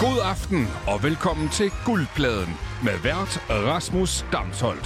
God aften og velkommen til Guldpladen med vært Rasmus Damsholdt.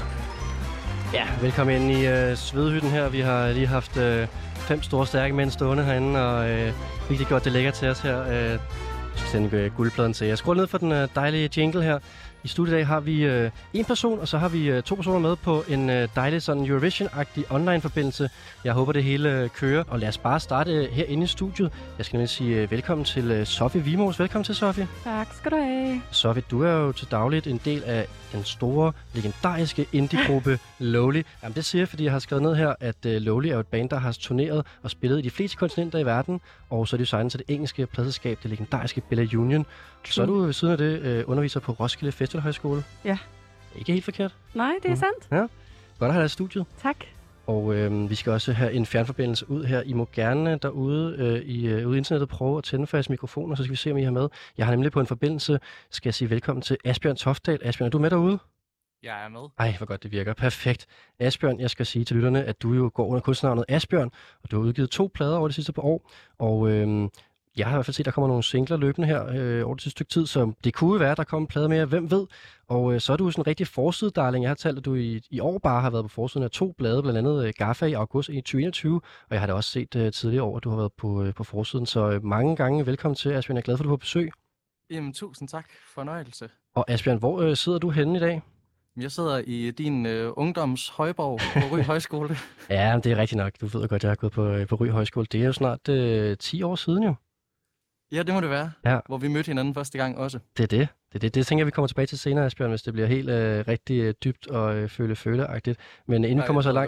Ja, velkommen ind i Svedhytten her. Vi har lige haft 5 store stærke mænd stående herinde og virkelig gjort det lækkert til os her. Jeg skal sende Guldpladen til. Jeg skruer ned for den dejlige jingle her. I studiet i dag har vi en person, og så har vi 2 personer med på en dejlig sådan Eurovision-agtig online-forbindelse. Jeg håber, det hele kører, og lad os bare starte herinde i studiet. Jeg skal nemlig sige velkommen til Sofie Wimos. Velkommen til, Sofie. Tak skal du have. Sofie, du er jo til dagligt en del af den store, legendariske indie-gruppe Lowly. Jamen, det siger jeg, fordi jeg har skrevet ned her, at Lowly er jo et band, der har turneret og spillet i de fleste kontinenter i verden, og så er de signet til det engelske pladselskab, det legendariske Bella Union. Så er du ved siden af det underviser på Roskilde Festivalhøjskole. Ja. Ikke helt forkert. Nej, det er sandt. Ja. Godt at have dig i studiet. Tak. Og vi skal også have en fjernforbindelse ud her. I må gerne derude ude i internettet prøve at tænde for jeres mikrofoner, så skal vi se, om I er med. Jeg har nemlig på en forbindelse, skal jeg sige velkommen til Asbjørn Toftdal. Asbjørn, er du med derude? Jeg er med. Ej, hvor godt det virker. Perfekt. Asbjørn, jeg skal sige til lytterne, at du jo går under kunstnernavnet Asbjørn, og du har udgivet 2 plader over det sidste par år. Og jeg har i hvert fald set, at der kommer nogle singler løbende her over det sidste stykke tid, så det kunne være, at der kommer en plade mere, hvem ved. Og så er du sådan en rigtig forside-darling. Jeg har talt, at du i år bare har været på forsiden af 2 blade, blandt andet Gaffa i august i 2021, og jeg har da også set tidligere år, at du har været på forsiden. Så mange gange velkommen til, Asbjørn. Jeg er glad for, at du er på besøg. Jamen, tusind tak. Fornøjelse. Og Asbjørn, hvor sidder du henne i dag? Jeg sidder i din ungdoms højborg på Ry Højskole. Ja, det er rigtigt nok. Du ved godt, at jeg har gået på Ry Højskole. Det er jo snart 10 år siden jo. Ja, det må det være. Ja. Hvor vi mødte hinanden første gang også. Det er det. Det tænker jeg, vi kommer tilbage til senere, Asbjørn, hvis det bliver helt rigtig dybt og føle-agtigt. Men inden vi kommer så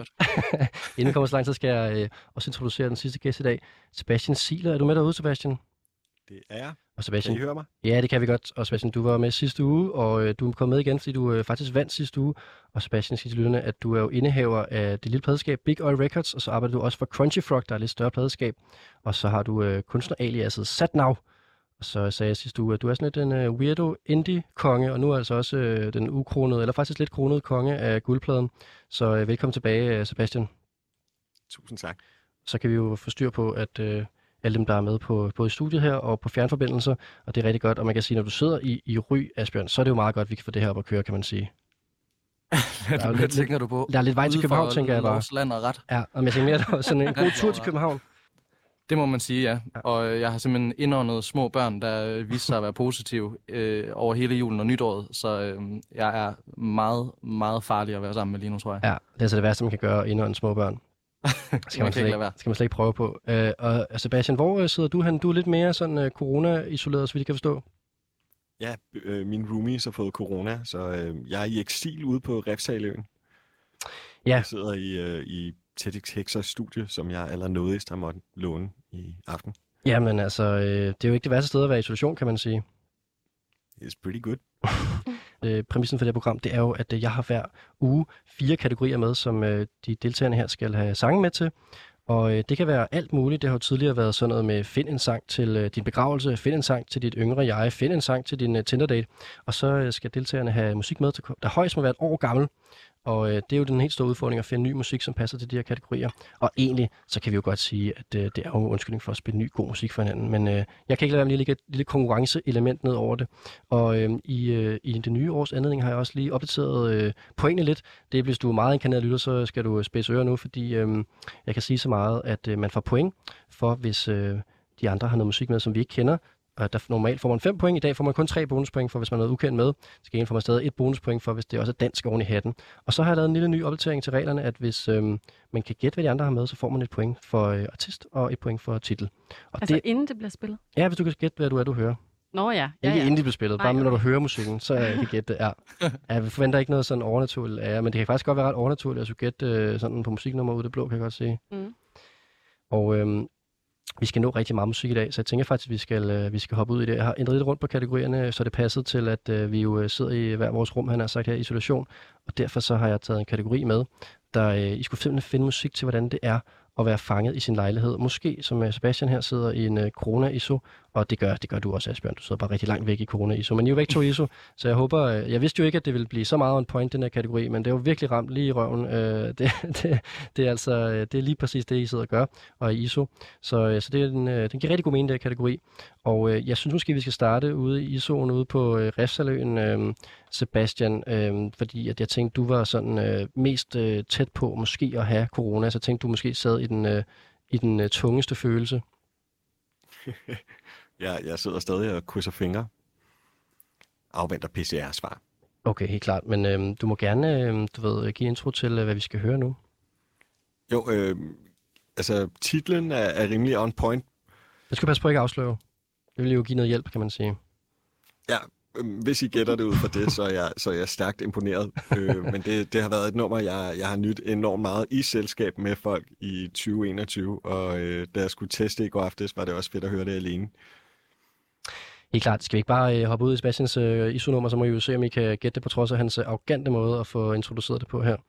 langt, så skal jeg også introducere den sidste gæst i dag. Sebastian Ziegler. Er du med derude, Sebastian? Det er jeg. Og Sebastian, kan I høre mig? Ja, det kan vi godt. Og Sebastian, du var med sidste uge, og du er kommet med igen, fordi du faktisk vandt sidste uge. Og Sebastian siger til lytterne, at du er jo indehaver af det lille pladeskab Big Oil Records, og så arbejder du også for Crunchy Frog, der er et lidt større pladeskab. Og så har du kunstneraliaset Satnav. Og så sagde jeg sidste uge, at du er sådan lidt en weirdo indie-konge, og nu er altså også den ukronede, eller faktisk lidt kronede konge af guldpladen. Så velkommen tilbage, Sebastian. Tusind tak. Så kan vi jo få styr på, at alle dem, der er med på både i studiet her og på fjernforbindelser, og det er rigtig godt. Og man kan sige, når du sidder i Ry, Asbjørn, så er det jo meget godt, at vi kan få det her op at køre, kan man sige. Hvad tænker du på? Der er lidt vej til København, tænker jeg bare. Land og ret. Ja, og jeg tænker mere, der var sådan en god tur til København. Det må man sige, ja. Og jeg har simpelthen indåndet små børn, der viser sig at være positive over hele julen og nytåret. Så jeg er meget, meget farlig at være sammen med lige nu, tror jeg. Ja, det er altså det værste, man kan gøre, indånde små børn. Skal man slet ikke prøve på. Og Sebastian, hvor sidder du hen? Du er lidt mere sådan corona-isoleret, så vi kan forstå. Ja, min roomies har fået corona, så jeg er i eksil ude på Refshaleøen. Ja. Jeg sidder i TEDx Hexers studie, som jeg allernådigst har måttet låne i aften. Jamen altså, det er jo ikke det værste sted at være i isolation, kan man sige. It's pretty good. Præmissen for det her program, det er jo, at jeg har hver uge 4 kategorier med, som de deltagerne her skal have sange med til. Og det kan være alt muligt. Det har jo tidligere været sådan noget med find en sang til din begravelse, find en sang til dit yngre jeg, find en sang til din Tinder-date. Og så skal deltagerne have musik med, der højst må være 1 år gammel. Og det er jo den helt store udfordring at finde ny musik, som passer til de her kategorier. Og egentlig, så kan vi jo godt sige, at det er jo en undskyldning for at spille ny god musik for hinanden. Men jeg kan ikke lade være med lige at lægge et lille konkurrenceelement ned over det. Og i det nye års anledning har jeg også lige opdateret pointene lidt. Det er, hvis du er meget inkarneret lytter, så skal du spidse ører nu, fordi jeg kan sige så meget, at man får point for, hvis de andre har noget musik med, som vi ikke kender. Og der normalt får man 5 point. I dag får man kun 3 bonuspoint for, hvis man er noget ukendt med. Til gengæld får man stadig 1 bonuspoint for, hvis det også er dansk oven i hatten. Og så har jeg lavet en lille ny opdatering til reglerne, at hvis man kan gætte, hvad de andre har med, så får man 1 point for artist og 1 point for titel. Og altså inden det bliver spillet? Ja, hvis du kan gætte, hvad du hører. Nå ja. Ikke inden det bliver spillet, bare når du hører musikken, så kan gætte det. Ja, vi forventer ikke noget sådan overnaturligt af jer, men det kan faktisk godt være ret overnaturligt at skulle gætte sådan på musiknummer ud af det blå, kan jeg godt sige. Mm. Og vi skal nå rigtig meget musik i dag, så jeg tænker faktisk, at vi skal hoppe ud i det. Jeg har ændret lidt rundt på kategorierne, så det passede til, at vi jo sidder i hver vores rum, han har sagt her, i isolation. Og derfor så har jeg taget en kategori med, der I skulle simpelthen finde musik til, hvordan det er at være fanget i sin lejlighed. Måske, som Sebastian her sidder i en corona-iso, Og det gør du også, Asbjørn. Du sidder bare rigtig langt væk i corona-ISO. Men I er jo væk to ISO, så jeg håber... Jeg vidste jo ikke, at det ville blive så meget on point, den her kategori, men det er jo virkelig ramt lige i røven. Det er lige præcis det, I sidder og gør, og i ISO. Så den giver rigtig god mening, den her kategori. Og jeg synes måske, vi skal starte ude i ISO'en, ude på Refsaløen, Sebastian, fordi at jeg tænkte, du var sådan mest tæt på måske at have corona, så jeg tænkte, du måske sad i den tungeste følelse. Jeg sidder stadig og krydser fingre. Afventer PCR-svar. Okay, helt klart. Men du må gerne give intro til, hvad vi skal høre nu. Jo, titlen er rimelig on point. Jeg skal passe på at ikke afsløre. Det vil jo give noget hjælp, kan man sige. Ja, hvis I gætter det ud fra det, så er jeg stærkt imponeret. Men det har været et nummer, jeg har nydt enormt meget i selskab med folk i 2021. Og da jeg skulle teste i går aftes, var det også fedt at høre det alene. Helt klart. Skal vi ikke bare hoppe ud i Sebastians ISO-nummer, så må I jo se, om I kan gætte det på trods af hans arrogante måde at få introduceret det på her.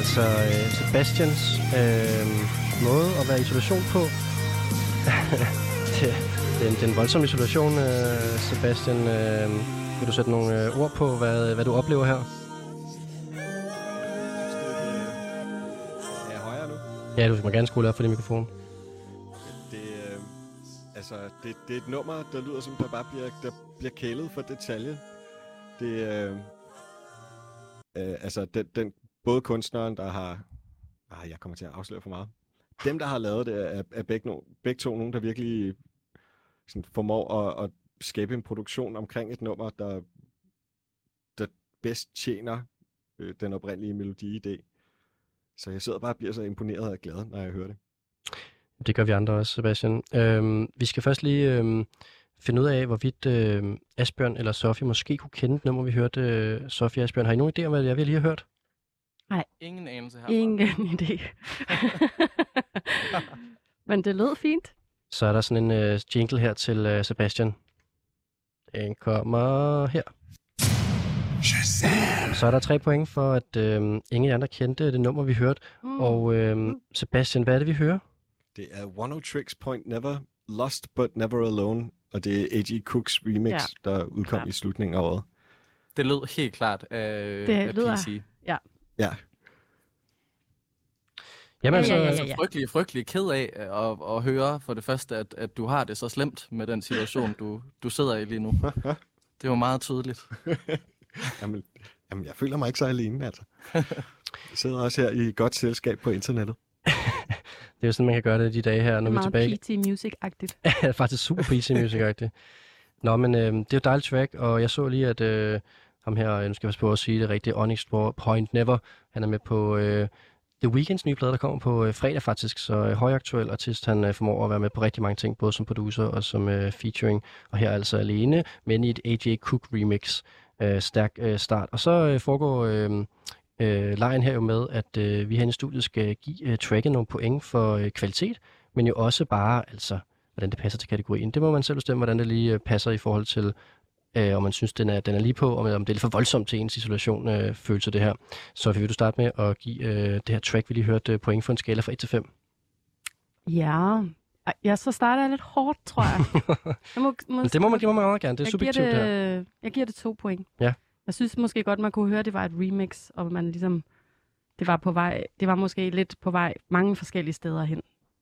altså Sebastians måde at være i isolation på. det er en voldsom isolation, Sebastian. Vil du sætte nogle ord på, hvad du oplever her? Er jeg højere nu? Ja, du må gerne skrue op for din mikrofon. Det er et nummer, der lyder som, der bare bliver kælet for detalje. Det den både kunstneren, der har... jeg kommer til at afsløre for meget. Dem, der har lavet det, er begge to nogen, der virkelig sådan, formår at skabe en produktion omkring et nummer, der bedst tjener den oprindelige melodi-idé. Så jeg sidder bare og bliver så imponeret og glad, når jeg hører det. Det gør vi andre også, Sebastian. Vi skal først lige finde ud af, hvorvidt Asbjørn eller Sofie måske kunne kende det nummer, vi hørte. Sofie og Asbjørn, har I nogen idé om, hvad jeg lige har hørt? Nej. Ingen anelse herfra. Ingen idé. Men det lød fint. Så er der sådan en jingle her til Sebastian. Den kommer her. Så er der 3 point for, at ingen andre kendte det nummer, vi hørte. Og Sebastian, hvad er det, vi hører? Det er One Tricks Point Never, Lost But Never Alone, og det er A.G. Cooks remix, der udkom i slutningen af året. Det lød helt klart af PC. Ja. Jamen, frygtelig ked af at høre for det første, at du har det så slemt med den situation, du sidder i lige nu. Det var meget tydeligt. Jamen, jeg føler mig ikke så alene, altså. Jeg sidder også her i godt selskab på internettet. Det er jo sådan, man kan gøre det de dage her, når vi er tilbage. Det er meget PT Music-agtigt. Ja, faktisk super PT Music-agtigt. Nå, men det er jo et dejligt track, og jeg så lige, at ham her, nu skal jeg passe på at sige det rigtigt, Onyx Point Never, han er med på The Weeknds nye plade, der kommer på fredag faktisk, så højaktuel artist, han formår at være med på rigtig mange ting, både som producer og som featuring, og her altså alene, men i et A.J. Cook remix. Stærk start. Og så foregår lejen her jo med, at vi her i studiet skal give tracket nogle point for kvalitet, men jo også bare, altså, hvordan det passer til kategorien. Det må man selv bestemme, hvordan det lige passer i forhold til, om man synes, den er lige på, og om det er lidt for voldsomt til ens isolation følelse det her. Så vil du starte med at give det her track, vi lige hørte, point for en skala fra 1 til 5? Ja, så starter jeg lidt hårdt, tror jeg. Det må man meget gerne. Det er subjektivt her. Jeg giver det 2 point. Ja. Jeg synes måske godt, man kunne høre, at det var et remix, og man ligesom, det var måske lidt på vej mange forskellige steder hen.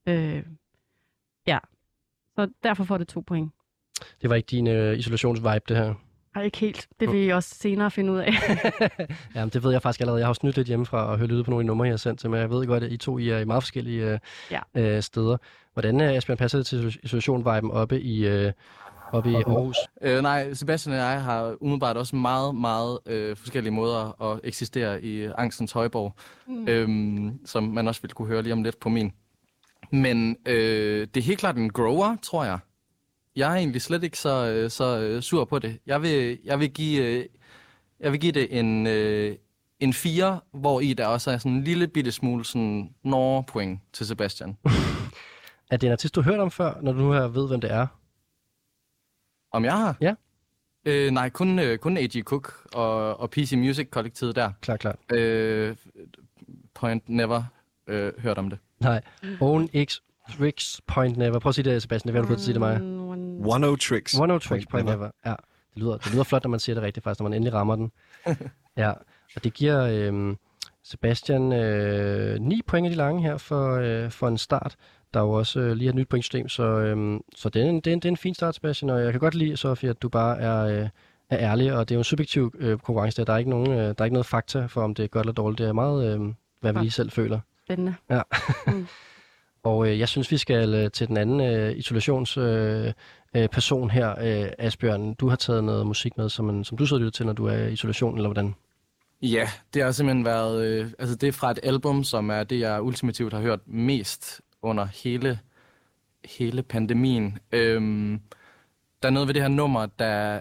Så derfor får det 2 point. Det var ikke din isolationsvibe, det her? Nej, ikke helt. Det vil I også senere finde ud af. Jamen, det ved jeg faktisk allerede. Jeg har også snydt lidt hjemmefra og hørt lyde på nogle af de numre, jeg har sendt til, men jeg ved godt, at I to er i meget forskellige steder. Hvordan Asbjørn passer det til isolation-viben oppe i Aarhus? Nej, Sebastian og jeg har umiddelbart også meget, meget forskellige måder at eksistere i angstens højborg, som man også vil kunne høre lige om lidt på min. Men det er helt klart en grower, tror jeg. Jeg er egentlig slet ikke så sur på det. Jeg vil give det en 4, hvor i der også er sådan en lille bitte smule sådan point til Sebastian. Er det en artist, du har hørt om før, når du nu ved, hvem det er? Om jeg har? Ja. Nej, kun A.G. Cook og PC Music-kollektivet der. Klart. Point Never hørt om det. Nej. Own X Tricks Point Never. Prøv at sige det, Sebastian. Det vil du få til at sige det mig. One Tricks Point Never. Ja, det lyder flot, når man siger det rigtigt, faktisk, når man endelig rammer den. Ja, og det giver Sebastian 9 point af de lange her for en start. Der er jo også lige et nyt pointsystem, så det er en fin start, Sebastian, og jeg kan godt lide, Sofie, at du bare er ærlig, og det er jo en subjektiv konkurrence. Der er ikke noget fakta for, om det er godt eller dårligt. Det er meget, hvad vi lige selv føler. Spændende. Ja. Og jeg synes, vi skal til den anden isolationsperson her, Asbjørn. Du har taget noget musik med, som du så lytter til, når du er i isolation, eller hvordan? Ja, det har simpelthen været... det er fra et album, som er det, jeg ultimativt har hørt mest under hele pandemien. Der er noget ved det her nummer, der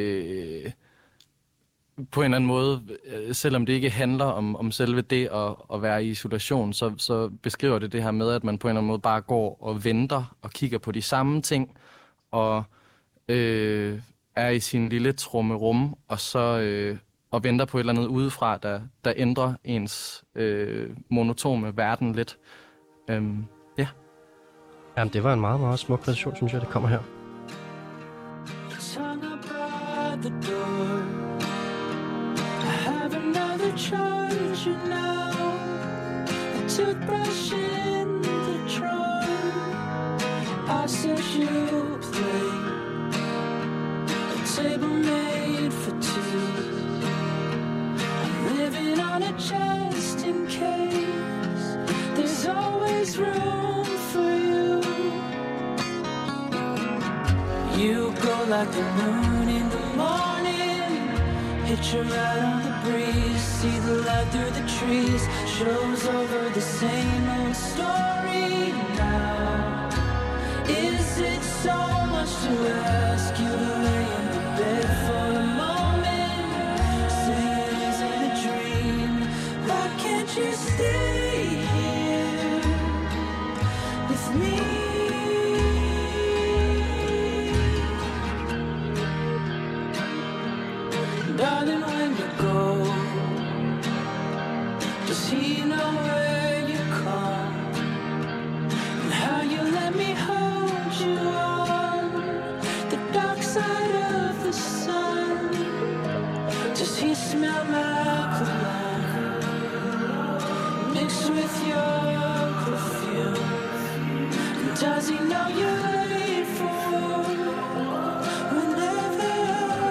på en eller anden måde, selvom det ikke handler om selve det at være i isolation, så beskriver det her med, at man på en eller anden måde bare går og venter og kigger på de samme ting, og er i sin lille trummerum, og så og venter på et eller andet udefra, der ændrer ens monotone verden lidt. Ja. Jamen, det var en meget, meget smuk præsentation, synes jeg, det kommer her. The door. I have another charger now. A toothbrush in the drawer. I said you play. A table made for two. I'm living on it just in case. There's always room for you. You go like the moon in the morning, hit you right on the breeze, see the light through the trees, shows over the same old story now. Is it so much to ask you to lay in the bed for a moment, say it isn't a dream, why can't you stay here with me? Darling, when you go, does he know where you come? And how you let me hold you on the dark side of the sun? Does he smell my cologne mixed with your perfume? And does he know you're late for whenever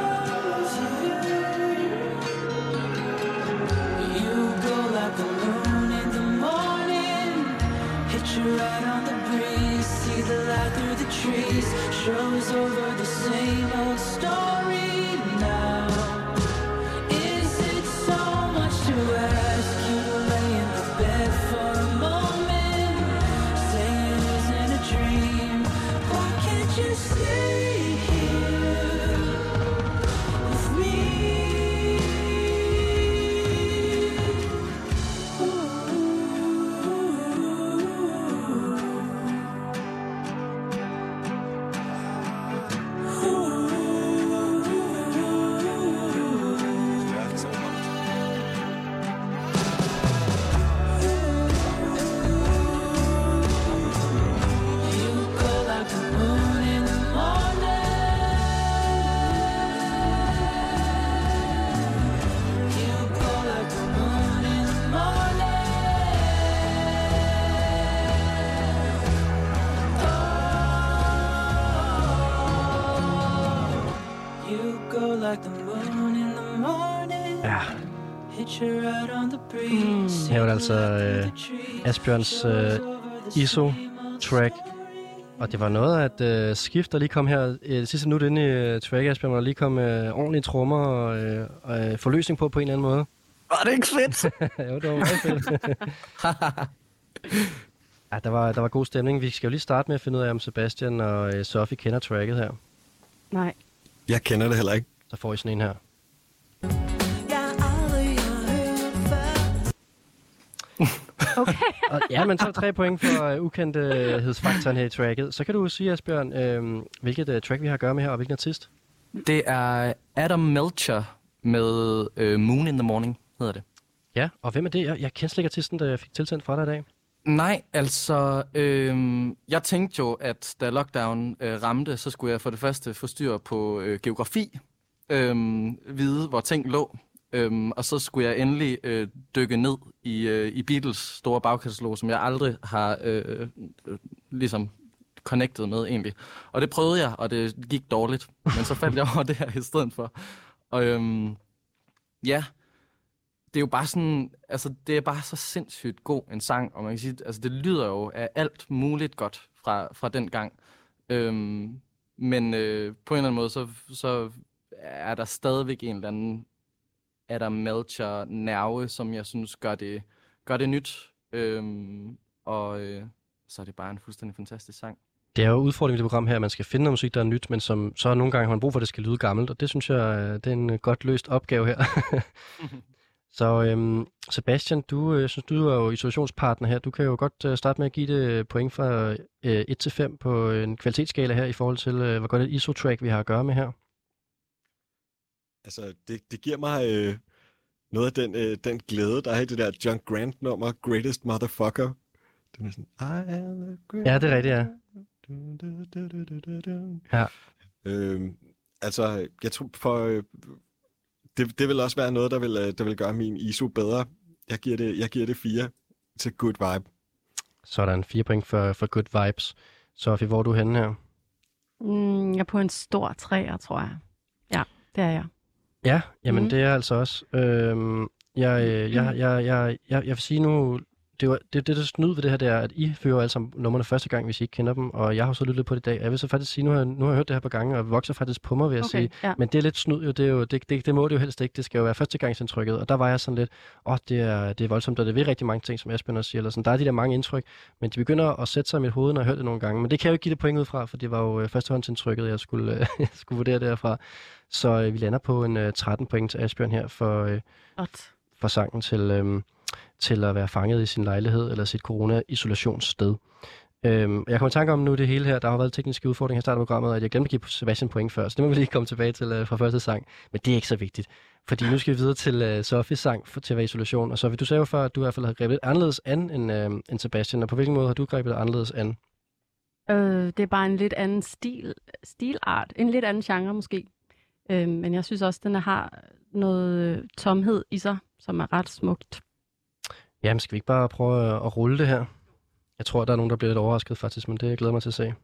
the moon in the morning, hit you right on the breeze, see the light through the trees, shows over the same old story now. Is it so much to ask you to lay in the bed for a moment, say it isn't a dream, why can't you stay here with me? Like the moon in the morning. Ja. Hit you right on the breeze. Her var det altså Asbjørns ISO-track. Og det var noget af et skift, der lige kom her det sidste minut inde i track, Asbjørn, hvor der lige kom ordentlige trommer og forløsning på en eller anden måde. Var det ikke fedt? Jo, det var meget fedt. Ja, der var god stemning. Vi skal jo lige starte med at finde ud af, om Sebastian og Sofie kender tracket her. Nej. Jeg kender det heller ikke. Så får I sådan en her. Okay. Og, ja, men så 3 point for ukendthedsfaktoren her i tracket. Så kan du sige, Asbjørn, hvilket track vi har at gøre med her, og hvilken artist? Det er Adam Melcher med Moon in the Morning, hedder det. Ja, og hvem er det? Jeg kendte slet ikke artisten, der jeg fik tilsendt fra dig i dag. Nej, altså, jeg tænkte jo, at da lockdown ramte, så skulle jeg for det første få styr på geografi, vide, hvor ting lå, og så skulle jeg endelig dykke ned i Beatles store bagkatalog, som jeg aldrig har ligesom connected med egentlig. Og det prøvede jeg, og det gik dårligt, men så faldt jeg over det her i stedet for. Og ja, det er jo bare sådan, altså det er bare så sindssygt god en sang, og man kan sige, altså det lyder jo af alt muligt godt fra den gang. Men på en eller anden måde, så er der stadigvæk en eller anden Adam Melcher nerve, som jeg synes gør det nyt. Så er det bare en fuldstændig fantastisk sang. Det er jo udfordringen i det program her, at man skal finde noget musik, der er nyt, men som så nogle gange har man brug for, at det skal lyde gammelt, og det synes jeg, det er en godt løst opgave her. Så Sebastian, du synes, du er jo isolationspartner her. Du kan jo godt starte med at give det point fra 1 til 5 på en kvalitetsskala her i forhold til, hvor godt et ISO-track vi har at gøre med her. Altså, det giver mig noget af den glæde, der er i det der John Grant-nummer, Greatest Motherfucker. Det er sådan, I am the greatest. Ja, det er rigtigt, ja. Ja. Altså, jeg tror det vil også være noget, der vil gøre min ISO bedre. Jeg giver det 4 til Good Vibe. Sådan, 4 point for Good Vibes. Sofie, hvor er du henne her? Jeg er på en stor 3'er, tror jeg. Ja, det er jeg. Ja, jamen det er altså også. Jeg vil sige nu, det snyd ved det her, det er, at I fører alle sammen nummerne første gang, hvis I ikke kender dem, og jeg har så lyttet på det i dag. Jeg vil så faktisk sige, nu har jeg hørt det her på gange, og vokser faktisk på mig, vil jeg sige. Ja. Men det er lidt snyd jo, det må det jo helst ikke. Det skal jo være førstegangsindtrykket, og der var jeg sådan lidt, det er voldsomt, og det ved rigtig mange ting, som Asbjørn også siger, eller sådan. Der er de der mange indtryk, men de begynder at sætte sig i mit hoved, når jeg har hørt det nogle gange. Men det kan jeg jo ikke give det point ud fra, for det var jo førstehåndsindtrykket, jeg skulle vurdere derfra. Så vi lander på en 13 point til Asbjørn her for sangen til at være fanget i sin lejlighed eller sit corona-isolationssted. Jeg kommer i tanke om nu det hele her. Der har været tekniske udfordringer i starten af programmet, og jeg glemte at give Sebastian point før, så det må vi lige komme tilbage til fra første sang. Men det er ikke så vigtigt, fordi nu skal vi videre til Sofies sang til at være isolation. Og Sofie, du sagde jo før, at du i hvert fald har grebet lidt anderledes an end Sebastian, og på hvilken måde har du grebet anderledes an? Det er bare en lidt anden stilart, en lidt anden genre måske. Men jeg synes også, den har noget tomhed i sig, som er ret smukt. Jamen, skal vi ikke bare prøve at rulle det her? Jeg tror, der er nogen, der bliver lidt overrasket faktisk, men det glæder mig til at se.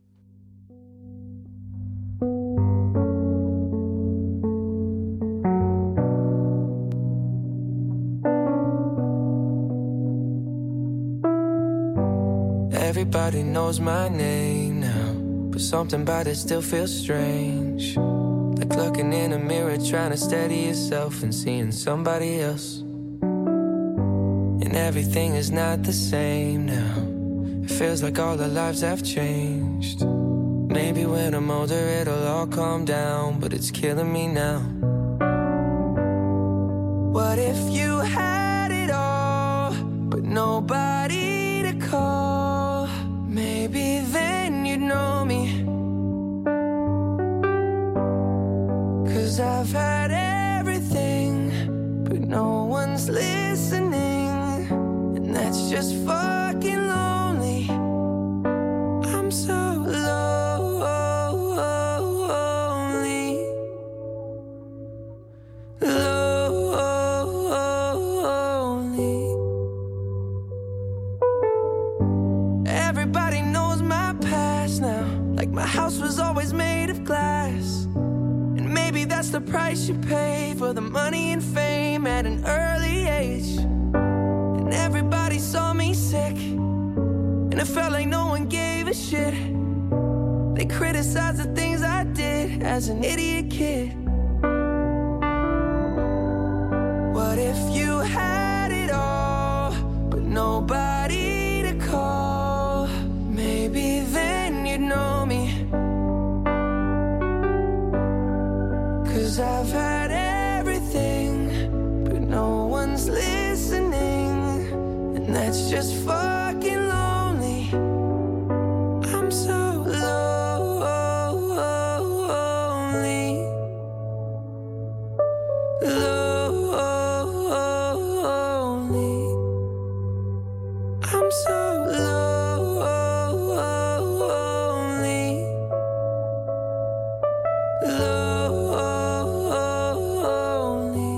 Everybody knows my name now, but something about it still feels strange. Like looking in a mirror, trying to steady yourself and seeing somebody else. And everything is not the same now. It feels like all our lives have changed. Maybe when I'm older it'll all calm down, but it's killing me now. What if you had it all, but nobody to call? Maybe then you'd know me. 'Cause I've had everything, but no one's listening. And that's just fucking lonely. I'm so lonely. Lonely. Everybody knows my past now, like my house was always made of glass. And maybe that's the price you pay for the money and fame at an early age. Everybody saw me sick, and it felt like no one gave a shit. They criticized the things I did as an idiot kid. What if you had it all, but nobody to call? Maybe then you'd know me. 'Cause I've had everything, but no one's listening. And that's just fucking lonely. I'm so lonely. Lonely. I'm so lonely. Lonely.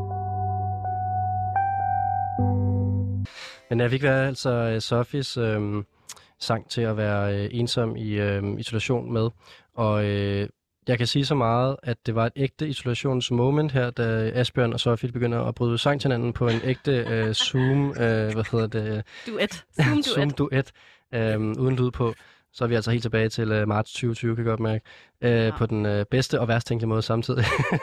Men jeg fik altså Sofies sang til at være ensom i isolation med. Og jeg kan sige så meget, at det var et ægte isolationsmoment her, da Asbjørn og Sofie begynder at bryde sang til hinanden på en ægte Zoom, Duet. Zoom-duet, uden lyd på. Så er vi altså helt tilbage til marts 2020, kan jeg godt mærke, på den bedste og værst tænkelige måde samtidig.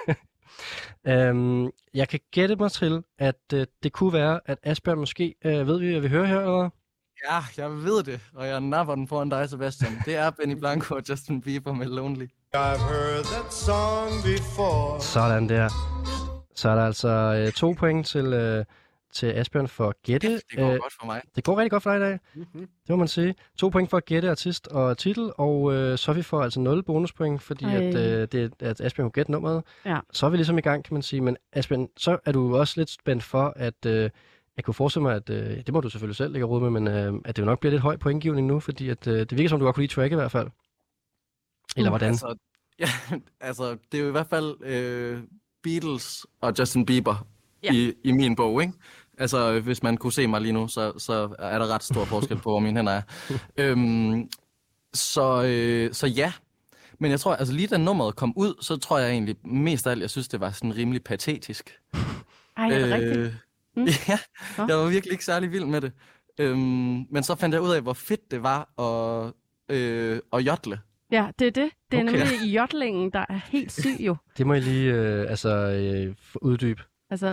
Jeg kan gætte mig til, at det kunne være, at Asbjørn måske, ved vi, at vi hører her, eller? Ja, jeg ved det, og jeg napper den foran dig, Sebastian. Det er Benny Blanco og Justin Bieber med Lonely. I've heard that song before. Sådan der. Så er der altså 2 point til Asbjørn for at gætte. Det går godt for mig. Det går rigtig godt for dig i dag. Mm-hmm. Det må man sige. 2 point for at gætte artist og titel, og Sofie får altså 0 bonuspoint, fordi at Asbjørn kunne gætte nummeret. Ja. Så er vi ligesom i gang, kan man sige. Men Asbjørn, så er du også lidt spændt for, at jeg kunne forestille mig, at det må du selvfølgelig selv lægge råd med, men at det jo nok bliver lidt høj pointgivning nu, fordi at, det virker som, du godt kunne lide track i hvert fald. Eller hvordan? Altså, det er jo i hvert fald Beatles og Justin Bieber i min bog, ikke? Altså, hvis man kunne se mig lige nu, så er der ret stor forskel på, hvor mine hænder er. Så ja. Men jeg tror, altså lige da nummeret kom ud, så tror jeg egentlig mest af alt, jeg synes, det var sådan rimelig patetisk. Ej, er det rigtigt? Ja, jeg var virkelig ikke særlig vild med det. Men så fandt jeg ud af, hvor fedt det var at jodle. Ja, det er det. Det er nemlig jodlingen, der er helt syg jo. Det må jeg lige uddybe. Altså,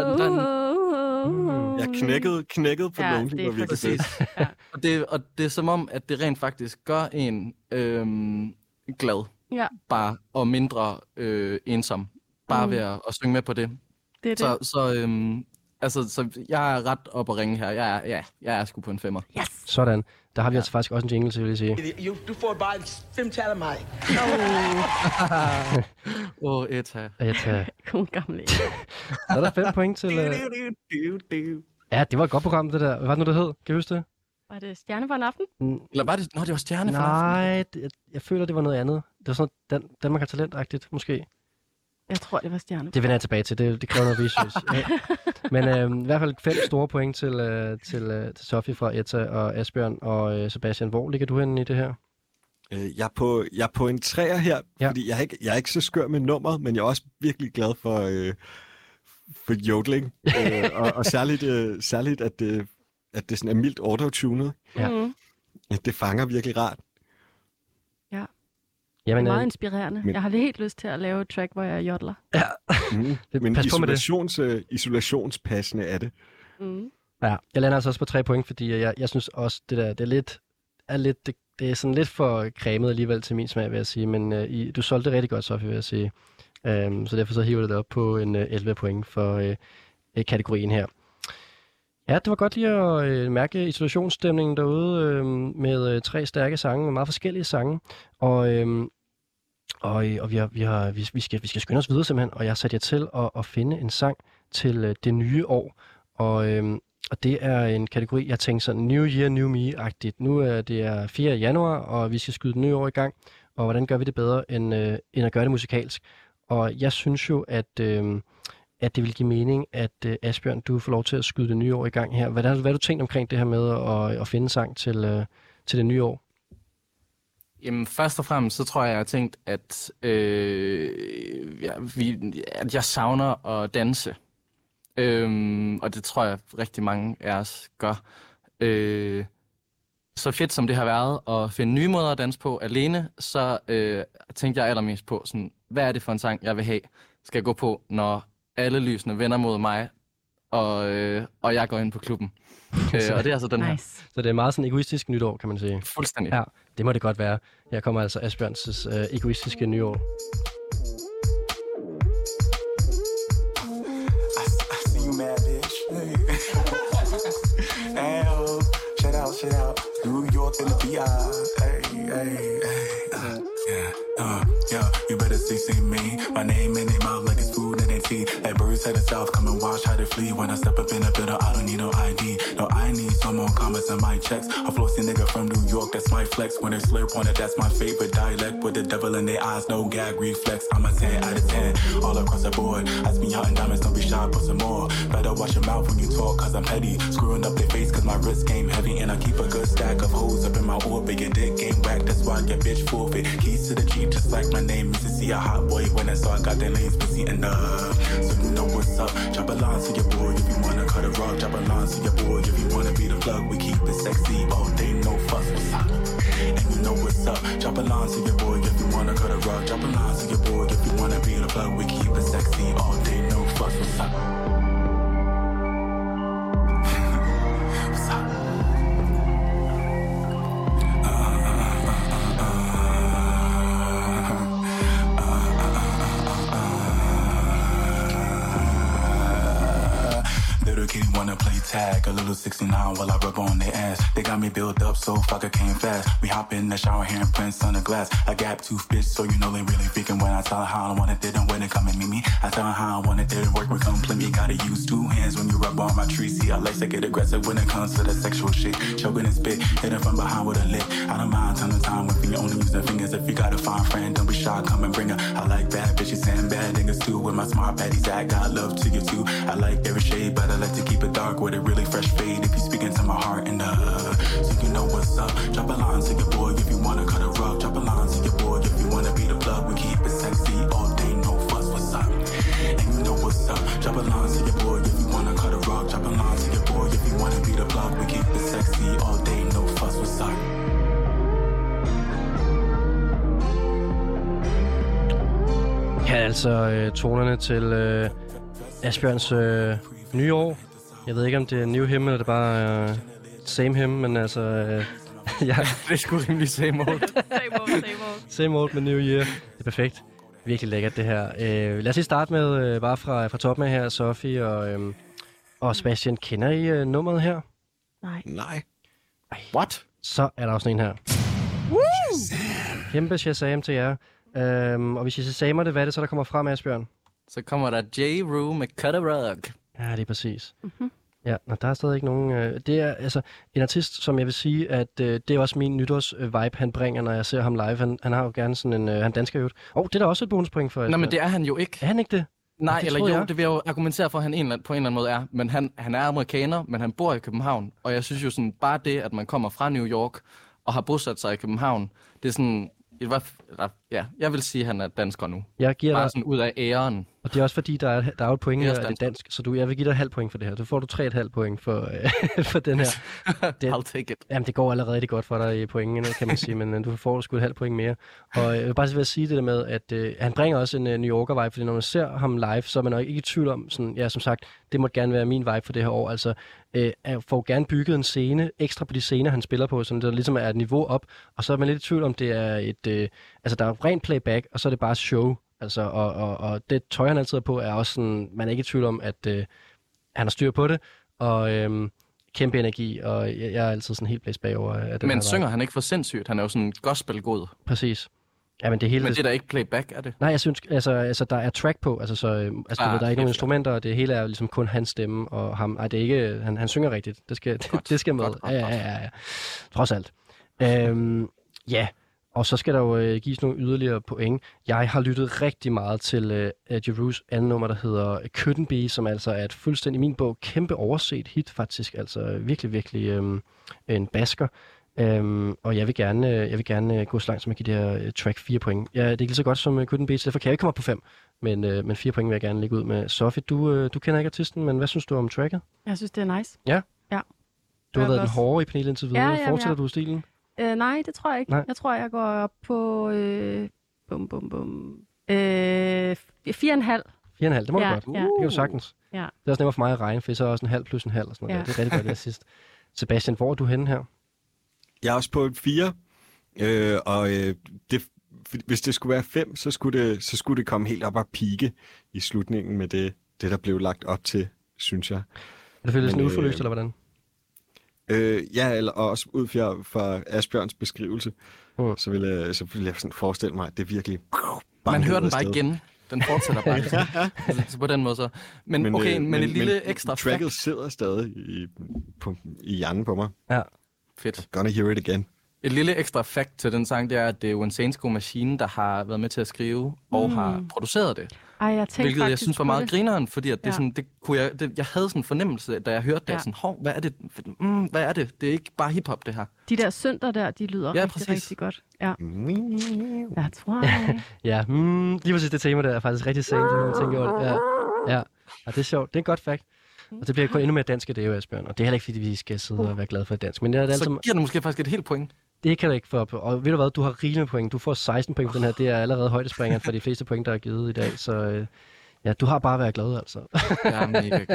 jeg knækkede på Lonely, hvor vi præcis. Ja. Og det er som om, at det rent faktisk gør en glad. Ja. Bare og mindre ensom. Bare ved at synge med på det. Det er det. Så jeg er ret op at ringe her. Jeg er sgu på en 5'er. Yes. Sådan. Der har vi altså faktisk også en jingle til, vil jeg sige. Du får bare 5 tal af mig. Eta. God gamle. Så er der 5 point til... Ja, det var et godt program, det der. Hvad var det nu, det hed? Kan du huske det? Var det Stjerne for en aften? Eller var det... Nå, det var Stjerne for en aften. Nej, jeg føler, det var noget andet. Det var sådan noget Danmark har talentagtigt, måske. Jeg tror, det var Stjerne. Det vender jeg tilbage til. Det kræver noget research. Men i hvert fald 5 store point til Sofie fra Etta og Asbjørn og Sebastian. Hvor ligger du henne i det her? Jeg er på en 3'er her, fordi jeg er ikke så skør med nummeret, men jeg er også virkelig glad for jodling. Og særligt at det sådan er mildt autotunet. Ja. Det fanger virkelig rart. Ja. Jamen, det er meget inspirerende. Jeg har helt lyst til at lave et track, hvor jeg jodler. Ja. Men isolationspassende er det. Ja, jeg lander altså også på 3 point, fordi jeg synes også, det er sådan lidt for cremet alligevel til min smag, vil jeg sige. Men du solgte det rigtig godt, Sofie, vil jeg sige. Så derfor så hiver det op på en 11 point for kategorien her. Ja, det var godt lige at mærke isolationsstemningen derude med 3 stærke sange, med meget forskellige sange. Og vi skal skynde os videre simpelthen, og jeg satte jer til at finde en sang til det nye år. Og det er en kategori, jeg tænkte sådan New Year, New Me-agtigt. Nu er det 4. januar, og vi skal skyde det nye år i gang. Og hvordan gør vi det bedre, end at gøre det musikalsk? Og jeg synes jo, at det vil give mening, at Asbjørn, du får lov til at skyde det nye år i gang her. Hvad har du tænkt omkring det her med at finde sang til det nye år? Jamen, først og fremmest, så tror jeg har tænkt, at jeg savner at danse. Og det tror jeg rigtig mange af os gør. Så fedt som det har været at finde nye måder at danse på alene, så tænkte jeg allermest på, sådan, hvad er det for en sang, jeg vil have, skal jeg gå på, når alle lysene vender mod mig, og jeg går ind på klubben. Og det er altså den her. Så det er meget sådan egoistisk nytår, kan man sige. Fuldstændig. Ja, det må det godt være. Her kommer altså Asbjørns egoistiske nytår. Shit out, New York in the BI. Yeah, you better see me. My name in their mouth like it's food in their teeth. Like birds headed south, come and watch how they flee. When I step up in the building, I don't need no ID. No, I need some more commas in my checks. A flossy nigga from New York, that's my flex. When they slurp on it, that's my favorite dialect. With the devil in their eyes, no gag reflex. I'm a 10 out of 10, all across the board. Ask me out in diamonds, don't be shy, put some more. Better watch your mouth when you talk, cause I'm petty. Screwing up their face, cause my wrist game heavy. And I keep a good stack of hoes up in my orbit. Your dick game whack, that's why your bitch forfeit. Keys to the Jeep, just like my name is to see a hot boy when I saw I got the lanes busy enough. So you know what's up. Drop a line to your boy if you wanna cut a rug. Drop a line to your boy if you wanna be the plug. We keep it sexy all day, no fuss. What's up? And you know what's up. Drop a line to your boy if you wanna cut a rug. Drop a line to your boy if you wanna be the plug. We keep it sexy all day, no fuss. What's up? body tag. A little 69 while I rub on their ass. They got me built up so fuck I came fast. We hop in the shower here and Prince on the glass. I got 2 fish so you know they really freaking when I tell her how I want it, they don't when they come and meet me. I tell her how I want it, they work with compliment. Gotta use 2 hands when you rub on my tree. See, I like to get aggressive when it comes to the sexual shit. Choking and spit, hitting from behind with a lick. I don't mind ton of time with me, only using fingers. If you got a fine friend, don't be shy, come and bring her. I like bad bitches and bad niggas too. With my smart patties, I got love to you too. I like every shade, but I like to keep it dark with a really fresh fade. If you speak into my heart and so you know what's up. Drop a line to your boy if you wanna cut a rug. Drop a line to your boy if you wanna be the plug. We keep it sexy all day, no fuss, what's up? And you know what's up. Drop a line to your boy if you wanna cut a rug. Drop a line to your boy if you wanna be the plug. We keep it sexy all day, no fuss, what's up? Ja, altså tonerne til Asbjørns nye år. Jeg ved ikke, om det er New Him, eller det er bare Same Him, men altså... ja. Det er sgu rimelig same old. Same old med New Year. Det er perfekt. Virkelig lækkert, det her. Lad os lige starte med, bare fra toppen af her, Sofie og Sebastian. Kender I nummeret her? Nej. What? Så er der også en her. Kæmpe Shazam til jer. Og hvis I Shazamer det, hvad er det så, der kommer frem, Asbjørn? Så kommer der J-Roo med Cut a Rug. Ja, det er præcis. Mm-hmm. Ja, og der er stadig ikke nogen... det er altså en artist, som jeg vil sige, at det er også min nytårs-vibe, han bringer, når jeg ser ham live. Han har jo gerne sådan en... han dansker jo. Det er da også et bonuspoint for... Nej, men det er han jo ikke. Er han ikke det? Nej, det eller jo, jeg. det vil jeg jo argumentere for, at han på en eller anden måde er. Men han er amerikaner, men han bor i København. Og jeg synes jo sådan, bare det, at man kommer fra New York og har bosat sig i København, det er sådan... Ja, jeg vil sige, at han er dansker nu. Jeg giver bare dig... sådan ud af æren. Og det er også fordi, der er jo et point her, at det er dansk. Så jeg vil give dig et halvt point for det her. Du får 3,5 point for, for den her. I'll take it. Jamen, det går allerede rigtig godt for dig i pointene, kan man sige. Men du får sgu et halvt point mere. Og jeg vil bare sige det der med, at han bringer også en New Yorker-vibe. Fordi når man ser ham live, så er man nok ikke i tvivl om, sådan, ja, som sagt, det måtte gerne være min vibe for det her år. Altså, jeg får gerne bygget en scene ekstra på de scener, han spiller på, så det ligesom er et niveau op. Og så er man lidt i tvivl om, det er et... altså, der er rent playback, og så er det bare show. Altså, og det tøj, han altid er på, er også sådan... Man er ikke i tvivl om, at han har styr på det. Og kæmpe energi, og jeg er altid sådan helt blæst bagover af den. Men synger han ikke for sindssygt? Han er jo sådan gospel-god. Præcis. Ja, men det hele... Men det er da ikke playback, er det? Nej, jeg synes, altså der er track på, altså du ved, der er ikke nogen instrumenter, og det hele er ligesom kun hans stemme, og ham... Nej, det er ikke... Han synger rigtigt. Det skal, det skal med. Godt. Ja. Trods alt. Ja, og så skal der jo gives nogle yderligere point. Jeg har lyttet rigtig meget til J-Roos andet nummer, der hedder Couldn't Be, som altså er et fuldstændig, i min bog, kæmpe overset hit faktisk. Altså virkelig en basker. Og jeg vil gerne gå så langt, som jeg giver det her track 4 point. Ja, det er ikke lige så godt som Couldn't Be, så derfor kan jeg ikke komme op på 5. Men 4 point vil jeg gerne lægge ud med. Sofie, du kender ikke artisten, men hvad synes du om tracket? Jeg synes, det er nice. Ja? Ja. Du har været den hårde i panelet indtil videre. Ja, fortsætter du stilen? Nej, det tror jeg ikke. Nej. Jeg tror, jeg går op på 4,5. 4,5, det må du godt. Ja. Det kan du sagtens. Ja. Det er også nemmere for mig at regne, for så er også en halv plus en halv og sådan noget. Ja. Det er rigtig godt, det sidst. Sebastian, hvor er du henne her? Jeg er også på 4, hvis det skulle være 5, så skulle det komme helt op og pike i slutningen med det der blev lagt op til, synes jeg. Er det sådan uforløst, eller hvordan? Ja, eller også ud fra Asbjørns beskrivelse, så vil jeg sådan forestille mig, at det virkelig... Man hører den bare igen. Den fortsætter bare. Så på den måde så. Men okay, men et lille ekstra fact. Tracket sidder stadig i hjernen på mig. Ja. Fedt. Gonna hear it again. Et lille ekstra fact til den sang, det er, at det er jo Insane School Machine, der har været med til at skrive og har produceret det. Hvilket jeg synes var meget grineren, fordi at det sådan, jeg havde sådan en fornemmelse, da jeg hørte det, sådan, hvad er det? Hvad er det? Det er ikke bare hiphop, det her. De der sønder der, de lyder rigtig godt. Ja. That's why. Ja, lige præcis det tema der er faktisk rigtig sent, når man tænker over det. Ja, det er sjovt. Det er et godt fact. Og det bliver kun endnu mere dansk af det, jo, Asbjørn. Og det er heller ikke, fordi vi skal sidde og være glade for dansk. Men det er så giver det måske faktisk et helt point. Det kan du ikke få. Og ved du hvad, du har rigeligt med point. Du får 16 point for den her. Det er allerede højdespringeren for de fleste point, der er givet i dag. Så ja, du har bare været glad, altså. Jeg er mega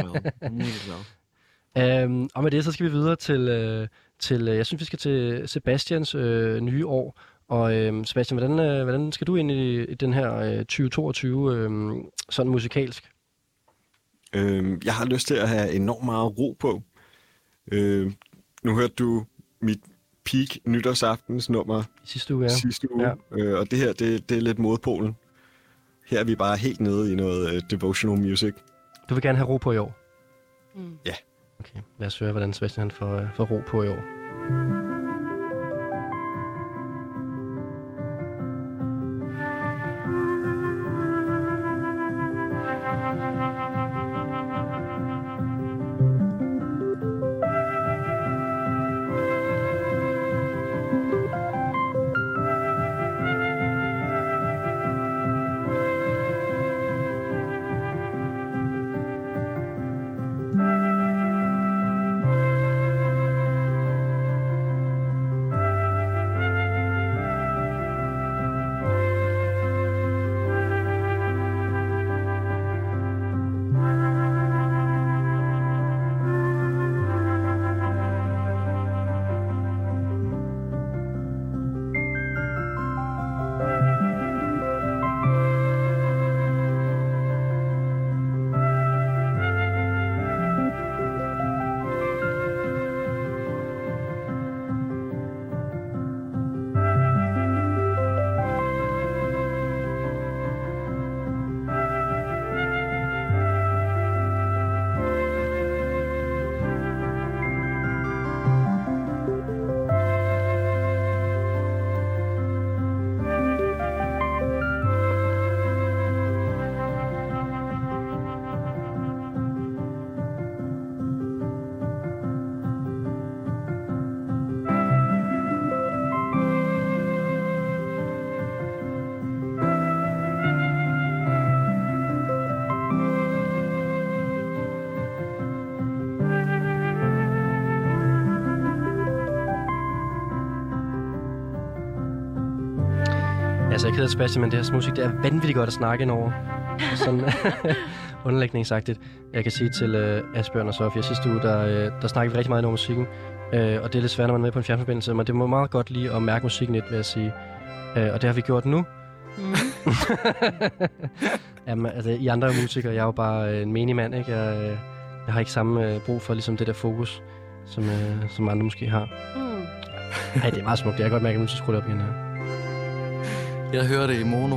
glad. Og med det, så skal vi videre til jeg synes, vi skal til Sebastians nye år. Og Sebastian, hvordan skal du ind i den her 2022 sådan musikalsk? Jeg har lyst til at have enormt meget ro på. Nu hørte du mit peak nytårsaftensnummer sidste uge, og det her, det er lidt modpolen. Her er vi bare helt nede i noget devotional music. Du vil gerne have ro på i år? Ja. Okay, lad os høre, hvordan Sebastian får ro på i år. Altså, jeg keder Sebastian, men det her musik, det er vanvittigt godt at snakke ind over. Sådan underlægningsagtigt. Jeg kan sige til Asbjørn og Sofia, sidste uge, der snakkede vi rigtig meget ind over musikken. Og det er lidt svært, når man er med på en fjernforbindelse, men det må meget godt lige at mærke musikken lidt, vil jeg sige. Og det har vi gjort nu. Jamen, altså, I andre musikere, jeg er jo bare en menig mand, ikke? Jeg har ikke samme brug for ligesom det der fokus, som andre måske har. Ej, det er meget smukt. Jeg kan godt mærke, at jeg skal skrue det op igen her. Jeg hører det i mono.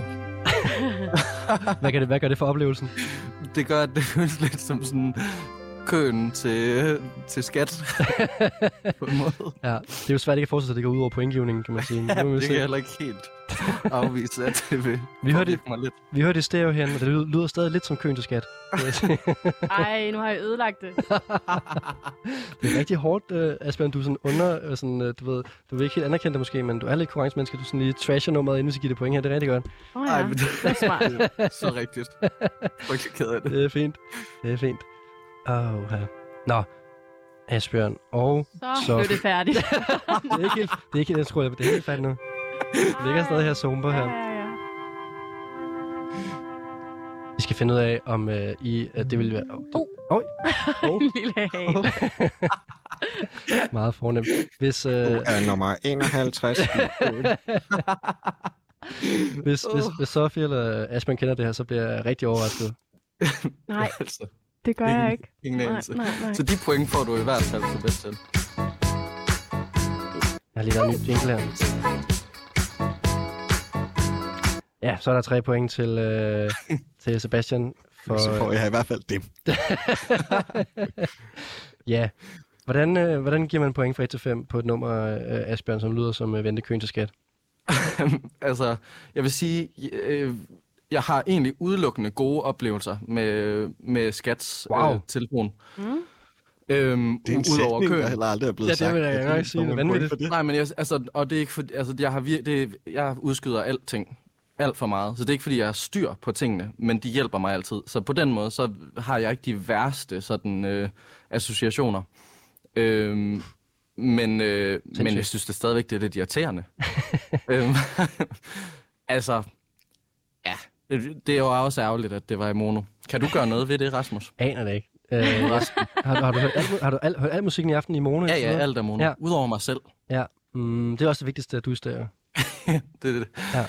Hvad gør det for oplevelsen? Det gør, at det føles lidt som sådan køen til skat. På en måde. Ja, det er jo svært ikke at forestille sig, at det går ud over pointgivningen, kan man sige. Ja, det kan jeg heller ikke helt afvise, at det vil mig lidt. Vi hørte det stereo herinde, og det lyder stadig lidt som køen til skat. Ej, nu har jeg ødelagt det. Det er rigtig hårdt, Asbjørn. Du er sådan du vil ikke helt anerkende det måske, men du er lidt konkurrencemenneske. Du sådan lige trasher nummeret, inden vi skal give det point her. Det er rigtig godt. Ja. Ej, men det er smart. Så rigtigt. Frygtelig ked af det. Det er fint. Nå, Asbjørn og så blev det færdigt. det er ikke helt den skruer, det er helt færdigt nu. Det ligger stadig her zomber her. Ja. Vi skal finde ud af, om det vil være... En lille hale. Meget fornemt. Hvis... nummer 51. Hvis Sofie eller Asbjørn kender det her, så bliver jeg rigtig overrasket. Nej, det gør jeg ikke. Ingen anelse. Nej. Så de point får du i hvert fald til bedst til. Jeg har lige lavet en ny jingle her. Ja, så er der 3 point til Sebastian. Så får jeg i hvert fald dem. Ja. Hvordan giver man point fra 1 til 5 på et nummer, Asbjørn, som lyder som Ventekøen til skat? Altså, jeg vil sige, jeg har egentlig udelukkende gode oplevelser med Skats telefon. Det er en sætning, der heller aldrig er blevet sagt. Ja, det vil jeg ikke sige. Det er vanvittigt. Nej, men og det er ikke fordi, jeg udskyder alting. Alt for meget. Så det er ikke fordi, jeg har styr på tingene, men de hjælper mig altid. Så på den måde, så har jeg ikke de værste sådan associationer. Men jeg synes det stadigvæk, det er lidt irriterende. Altså, ja. Det er jo også ærgerligt, at det var i mono. Kan du gøre noget ved det, Rasmus? Aner det ikke. Har du hørt al musikken i aften i mono? Ja, alt er mono. Ja. Udover mig selv. Ja. Det er også det vigtigste, at du stærer. det. Ja.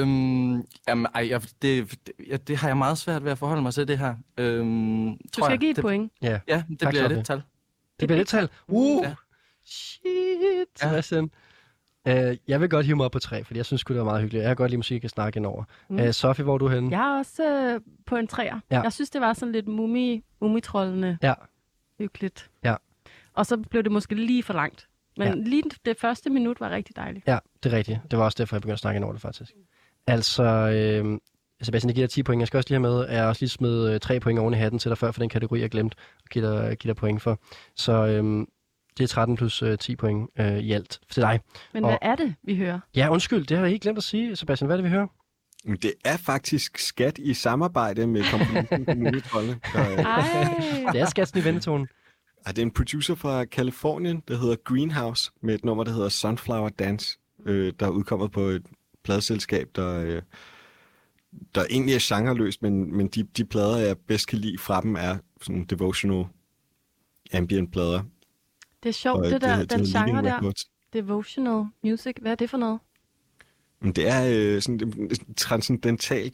Det har jeg meget svært ved at forholde mig til, det her. Du skal give et point. Ja, Ja, det Tak, bliver Sofie. et tal. Det bliver lidt tal. Ja. Shit, Ja. Sebastian. Jeg vil godt hive mig op på 3, fordi jeg synes det var meget hyggeligt. Jeg kan godt lide musik, jeg kan snakke ind over. Sofie, hvor er du henne? Jeg er også på en 3'er. Ja. Jeg synes, det var sådan lidt mumitrollende Ja. hyggeligt. Ja. Og så blev det måske lige for langt. Men lige det første minut var rigtig dejligt. Ja, det er rigtigt. Det var også derfor, jeg begyndte at snakke ind over det, faktisk. Altså, Sebastian, jeg giver dig 10 point. Jeg skal også lige have med, at jeg også lige smed 3 point oven i hatten til dig før for den kategori, jeg glemte at give dig point for. Så det er 13 plus 10 point i alt til dig. Men hvad er det, vi hører? Ja, undskyld, det har jeg ikke glemt at sige, Sebastian. Hvad er det, vi hører? Det er faktisk Skat i samarbejde med komponisten Mumitrollene. Det er Skats nye vendetone. Det er en producer fra Californien, der hedder Greenhouse, med et nummer, der hedder Sunflower Dance, der er udkommet på et pladeselskab, der egentlig er genreløst, men de plader, jeg bedst kan lide fra dem, er sådan devotional ambient plader. Det er sjovt, det der, den genre der. Devotional music. Hvad er det for noget? Det er sådan transcendentalt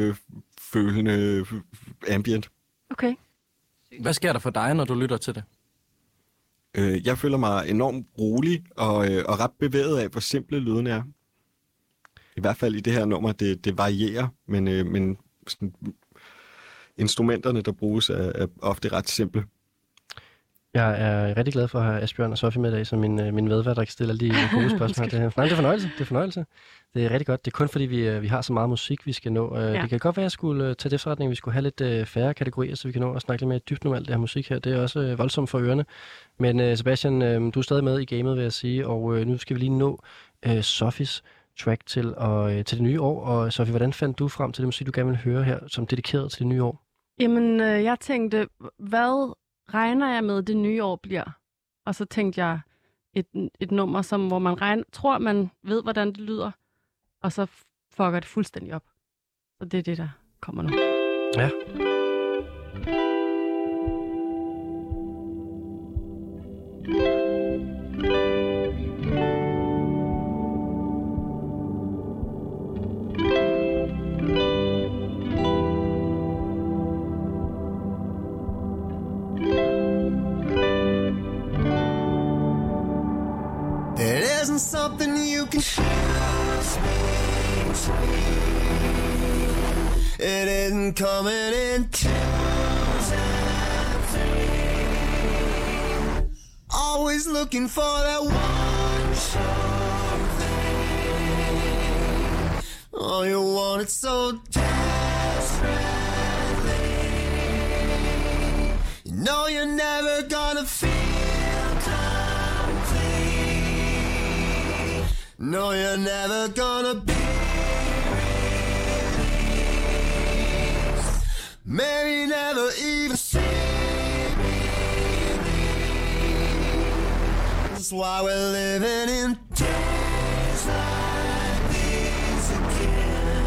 følende ambient. Okay. Hvad sker der for dig, når du lytter til det? Jeg føler mig enormt rolig og ret bevæget af, hvor simple lyden er. I hvert fald i det her nummer, det varierer, men sådan, instrumenterne, der bruges, er ofte ret simple. Jeg er rigtig glad for at have Asbjørn og Sofie med i dag, som min medvært, der kan stille alle de gode spørgsmål. Nej, det er fornøjelse. Det er rigtig godt. Det er kun fordi, vi har så meget musik, vi skal nå. Det kan godt være, at jeg skulle tage det forretning, vi skulle have lidt færre kategorier, så vi kan nå at snakke lidt mere dybt om alt det her musik her. Det er også voldsomt for ørerne. Men Sebastian, du er stadig med i gamet, vil jeg sige, og nu skal vi lige nå Sofies track til det nye år. Og Sofie, hvordan fandt du frem til det musik, du gerne vil høre her, som dedikeret til det nye år? Jamen, jeg tænkte, hvad regner jeg med, det nye år bliver? Og så tænkte jeg et nummer, hvor man tror, man ved, hvordan det lyder, og så fucker det fuldstændig op. Så det er det, der kommer nu. Ja. Something you can choose me. It isn't coming in twos and threes. Always looking for that one sure thing. Oh, you want it so desperately. You know you're never gonna feel. No, you're never gonna be released. Maybe never even see me. That's why we're living in days like these again.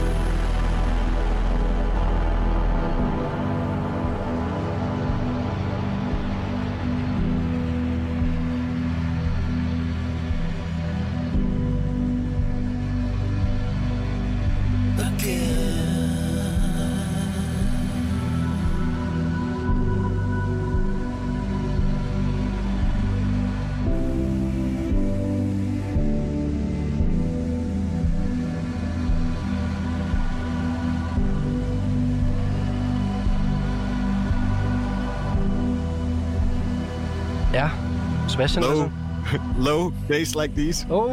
Ja, Sebastian. Low days like these. Oh.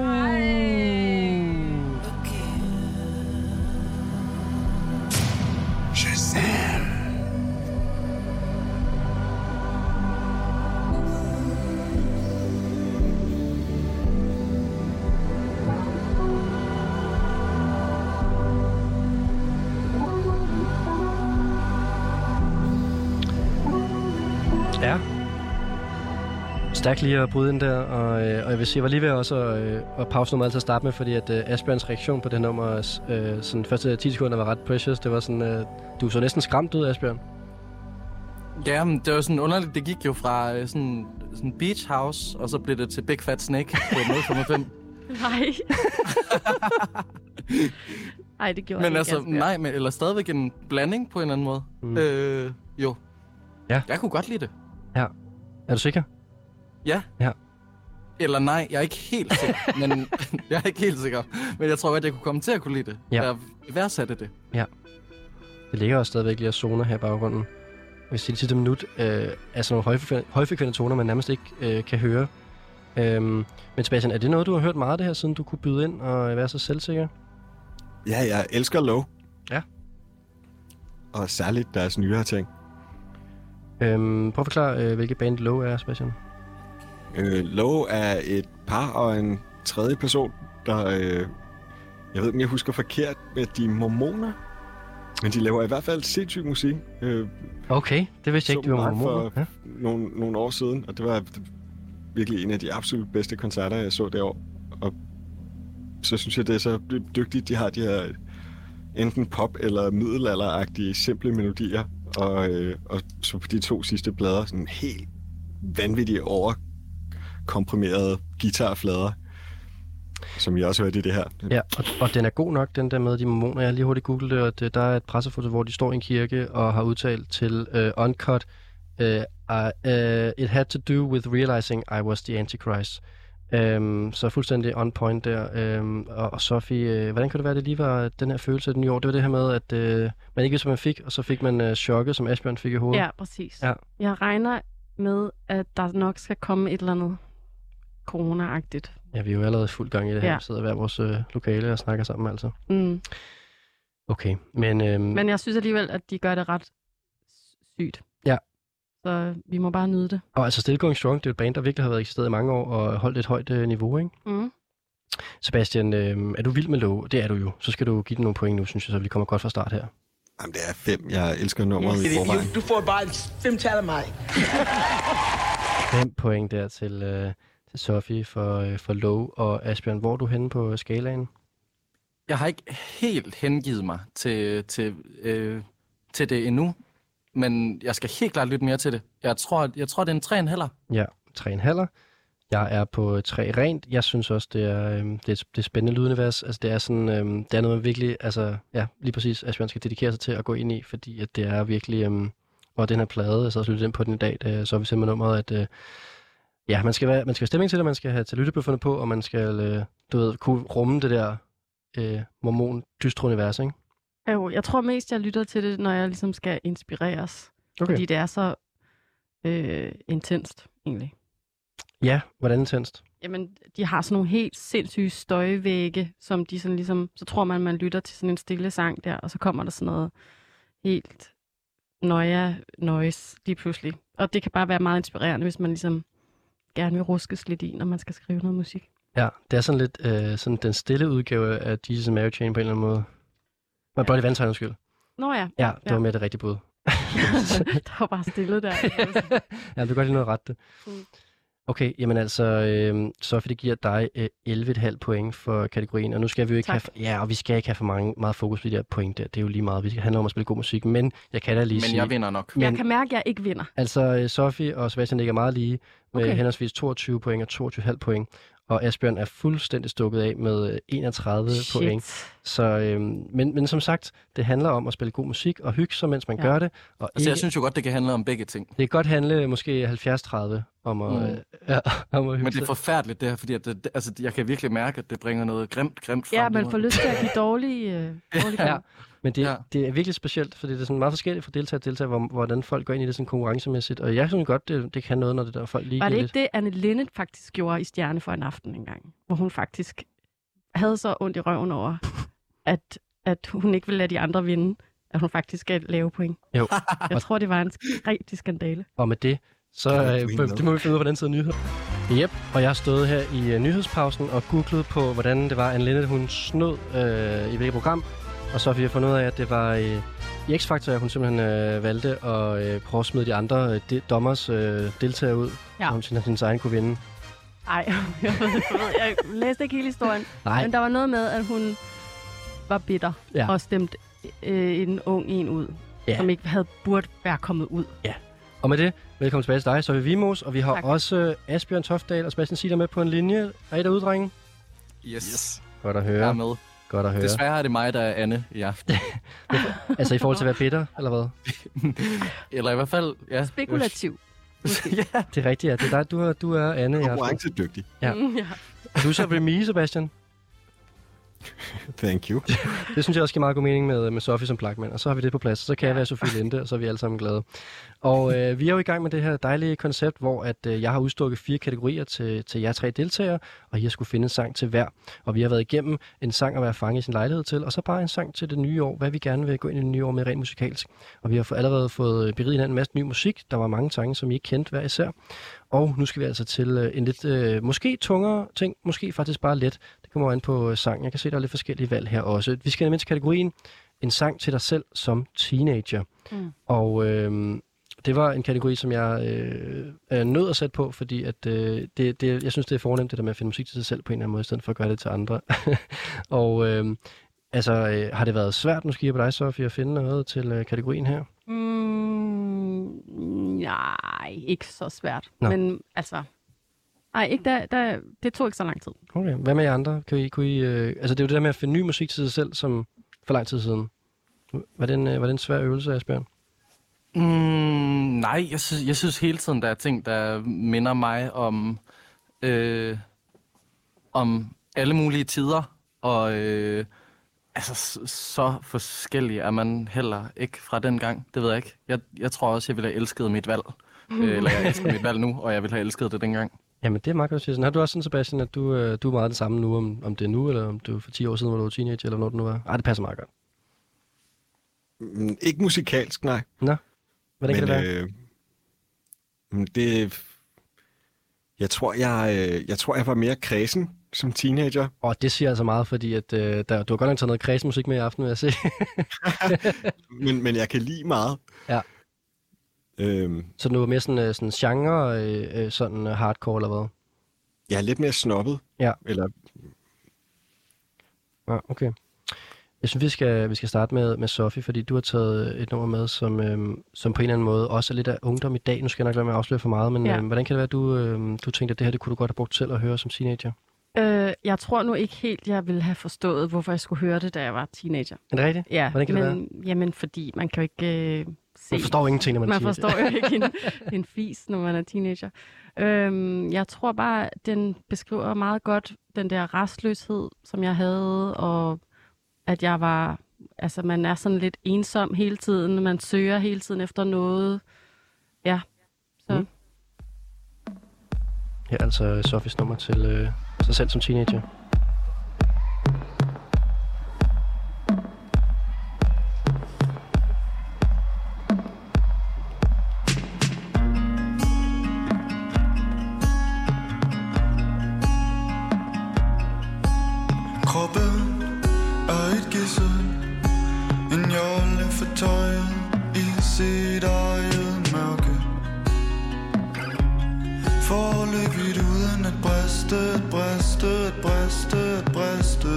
Shazam. Ja. Stærkt lige at bryde ind der, og jeg vil sige, jeg var lige ved også at pause nummeret til at starte med, fordi at Asbjørns reaktion på det nummer, sådan første 10 sekunder var ret precious. Det var sådan, du så næsten skræmt ud, Asbjørn. Ja, men det var sådan underligt. Det gik jo fra sådan Beach House, og så blev det til Big Fat Snake på 0,5. Nej. Nej, det gjorde Men jeg altså, ikke. nej, men, eller stadigvæk en blanding på en eller anden måde. Jo. Ja. Jeg kunne godt lide det. Ja. Er du sikker? Ja. Ja. Eller nej, jeg er ikke helt sikker. Men jeg er ikke helt sikker. Men jeg tror godt, jeg kunne komme til at kunne lide det. Ja. Jeg værdsatte det. Ja. Det ligger også stadigvæk lige og zoner her i baggrunden. Jeg vil sige, det sidste minut er sådan nogle højfrekvente toner, man nærmest ikke kan høre. Men Sebastian, er det noget, du har hørt meget af det her, siden du kunne byde ind og være så selvsikker? Ja, jeg elsker Low. Ja. Og særligt deres nyere ting. Prøv at forklare, hvilket band Low er, Sebastian. Low er et par og en tredje person, der... jeg ved ikke, om jeg husker forkert, med de mormoner. Men de laver i hvert fald sindssyg musik. Okay, det vidste jeg ikke, de var mormoner. For nogle år siden, og det var virkelig en af de absolut bedste koncerter, jeg så det år. Og så synes jeg, det er så dygtigt, de har de her enten pop- eller middelalderagtige simple melodier, og så på de 2 sidste plader sådan helt vanvittige overkomprimerede guitarflader, som jeg også hørte i det her. Ja, og den er god nok, den der med de mormoner. Jeg har lige hurtigt googlet det, og der er et pressefoto, hvor de står i en kirke og har udtalt til Uncut, it had to do with realizing I was the Antichrist. Så fuldstændig on point der. Og Sofie, hvordan kan det være, det lige var den her følelse af det nye år? Det var det her med, at man ikke vidste, hvad man fik, og så fik man chokket, som Asbjørn fik i hovedet. Ja, præcis. Ja. Jeg regner med, at der nok skal komme et eller andet corona-agtigt. Ja, vi er jo allerede fuld gang i det her. Ja. Vi sidder i hver vores lokale og snakker sammen, altså. Mm. Okay, men... Men jeg synes alligevel, at de gør det ret sygt. Ja. Så vi må bare nyde det. Og altså Still Going Strong, det er et band, der virkelig har været eksisteret i mange år og holdt et højt niveau, ikke? Mm. Sebastian, er du vild med Low? Det er du jo. Så skal du give den nogle point nu, synes jeg, så vi kommer godt fra start her. Jamen, det er 5. Jeg elsker nummeret i forvejen. Du får bare 5 tal af mig. 5 point der til Sofie for Low. Og Asbjørn, hvor er du henne på skalaen? Jeg har ikke helt hengivet mig til det endnu, men jeg skal helt klart lytte mere til det. Jeg tror det er en 3,5. Ja, 3,5. Jeg er på 3 rent. Jeg synes også, det er spændende lydunivers. Altså, det er sådan, det er noget virkelig, altså, ja, lige præcis, Asbjørn skal dedikere sig til at gå ind i, fordi at det er virkelig, og den her plade, jeg så også lyttet ind på den i dag, så er vi simpelthen nummeret, at ja, man skal have stemning til det, man skal have til lyttebøfferne på, og man skal, kunne rumme det der mormon-dystre univers, ikke? Jo, jeg tror mest, jeg lytter til det, når jeg ligesom skal inspireres. Okay. Fordi det er så intenst, egentlig. Ja, hvordan intenst? Jamen, de har sådan nogle helt sindssyge støjvægge, som de sådan ligesom... Så tror man lytter til sådan en stille sang der, og så kommer der sådan noget helt noise lige pludselig. Og det kan bare være meget inspirerende, hvis man ligesom gerne vil ruskes lidt i, når man skal skrive noget musik. Ja, det er sådan lidt sådan den stille udgave af Jesus and Mary Chain på en eller anden måde. Men Bloody Valentine, undskyld. Nå ja. Ja, det var med det rigtige bud. Der var bare stille der. Ja, du kan godt lige noget ret det. Okay, jamen altså, Sofie, det giver dig 11,5 point for kategorien, og nu skal vi jo ikke og vi skal ikke have for meget fokus på de der point der. Det er jo lige meget, vi skal handle om at spille god musik, men jeg kan da lige sige... Men jeg vinder nok. Jeg kan mærke, at jeg ikke vinder. Altså, Sofie og Sebastian ligger meget lige med henholdsvis 22 point og 22,5 point, og Asbjørn er fuldstændig stukket af med 31 point. Så, men som sagt, det handler om at spille god musik og hygge sig, mens man gør det. Og altså, jeg synes jo godt, det kan handle om begge ting. Det kan godt handle måske 70-30 om at, om at hygge. Men det er forfærdeligt det her, fordi altså, jeg kan virkelig mærke, at det bringer noget grimt frem. Ja, man får lyst til at give dårlige ja. Men det er virkelig specielt, fordi det er sådan meget forskelligt fra deltager til deltager, hvordan folk går ind i det sådan konkurrencemæssigt. Og jeg synes godt, det kan noget, når det der folk lige. Var det ikke lidt. det, Anne Linnet faktisk gjorde i Stjerne for en aften engang? Hvor hun faktisk havde så ondt i røven over, at hun ikke ville lade de andre vinde, at hun faktisk skal lave point. Jo. Jeg tror, det var en rigtig skandale. Og med det, så det må vi finde ud af, hvordan sidder nyheder. Yep, og jeg har stået her i nyhedspausen og googlet på, hvordan det var, Anne Linnet, hun snød i hvilket program. Og så har vi fundet ud af, at det var i X-Factor, hun simpelthen valgte at prøve at smide de andre dommers deltagere ud, så hun synes, at hendes egen kunne vinde. Nej, jeg læste ikke hele historien. Nej. Men der var noget med, at hun var bitter og stemte en ung en ud, som ikke burde være kommet ud. Ja, og med det, velkommen tilbage til dig, så er vi Vimos, og vi har også Asbjørn Toftdal og Sebastian Sitter med på en linje. Er I derude, drenge? Yes. Godt at høre. Jeg er med. Godt at høre. Desværre er det mig, der er Anne i aften. Altså i forhold til at være bitter, eller hvad? Eller i hvert fald, ja. Spekulativ. Ja. Det er rigtigt, ja. Det er dig, du er Anne i aften. Konkurrencedygtig. Ja. Ja. Du er så Remy, Sebastian. Thank you. Det synes jeg også giver meget god mening med Sofie som plagmand. Og så har vi det på plads, så kan jeg være Sofie Linde, og så er vi alle sammen glade. Og vi er jo i gang med det her dejlige koncept, hvor at, jeg har udstukket 4 kategorier til jer 3 deltagere, og I har skulle finde en sang til hver. Og vi har været igennem en sang at være fanget i sin lejlighed til, og så bare en sang til det nye år, hvad vi gerne vil gå ind i det nye år med rent musikalsk. Og vi har allerede fået beriget hinanden en masse ny musik. Der var mange sange, som I ikke kendte hver især. Og nu skal vi altså til en lidt måske tungere ting, måske faktisk bare let. Det kommer an på sangen. Jeg kan se, der er lidt forskellige valg her også. Vi skal nemlig til kategorien en sang til dig selv som teenager. Og det var en kategori, som jeg er nødt at sætte på, fordi at, jeg synes, det er fornemt det der med at finde musik til sig selv på en eller anden måde, i stedet for at gøre det til andre. Og har det været svært, nu skal jeg på dig, Sofie, at finde noget til kategorien her? Nej, ikke så svært. Nå. Men altså... Nej, ikke det tog ikke så lang tid. Okay. Hvad med jer andre? Kunne I, altså det er jo det der med at finde ny musik til sig selv, som for lang tid siden. Var det en svær øvelse, Asbjørn? Nej, jeg synes hele tiden, der er ting, der minder mig om alle mulige tider. Og så forskellig er man heller ikke fra den gang. Det ved jeg ikke. Jeg tror også, jeg ville have elsket mit valg. Eller jeg elsker mit valg nu, og jeg ville have elsket det dengang. Jamen, det er meget godt at sige. Har du også sådan, Sebastian, at du er meget den samme nu, om det er nu, eller om du for 10 år siden, hvor du var teenager, eller når det nu var? Det passer meget godt. Ikke musikalsk, nej. Nå, hvordan kan det være? Jeg tror, jeg var mere kredsen som teenager. Og det siger altså meget, fordi at, du har godt nok taget noget kredsen musik med i aften, vil jeg se. men jeg kan lide meget. Ja. Så du var mere sådan genre, sådan hardcore, eller hvad? Jeg er lidt mere snobbet. Ja. Eller... Ja, okay. Jeg synes, vi skal starte med Sofie, fordi du har taget et nummer med, som på en eller anden måde også er lidt af ungdom i dag. Nu skal jeg nok lade mig afsløre for meget, men hvordan kan det være, du tænkte, at det her det kunne du godt have brugt selv at høre som teenager? Jeg tror nu ikke helt, jeg ville have forstået, hvorfor jeg skulle høre det, da jeg var teenager. Er det rigtigt? Ja, hvordan kan det være? Jamen, fordi man kan jo ikke se... Man forstår ingenting, når man er teenager. Man forstår jo ikke en fis, når man er teenager. Jeg tror bare, den beskriver meget godt den der rastløshed, som jeg havde, og at jeg var... Altså, man er sådan lidt ensom hele tiden. Man søger hele tiden efter noget. Ja, så... Her er altså Sofies nummer til sig selv som teenager. Kroppen er et gidsel, en jolle fortøjet i sit eget mørke. Forløbigt uden at briste.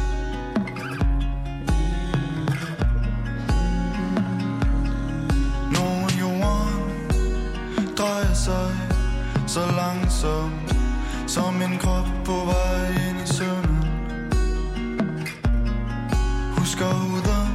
Når jorden drejer sig så langsomt, som en krop på vej ind i søvnen. Husker huden.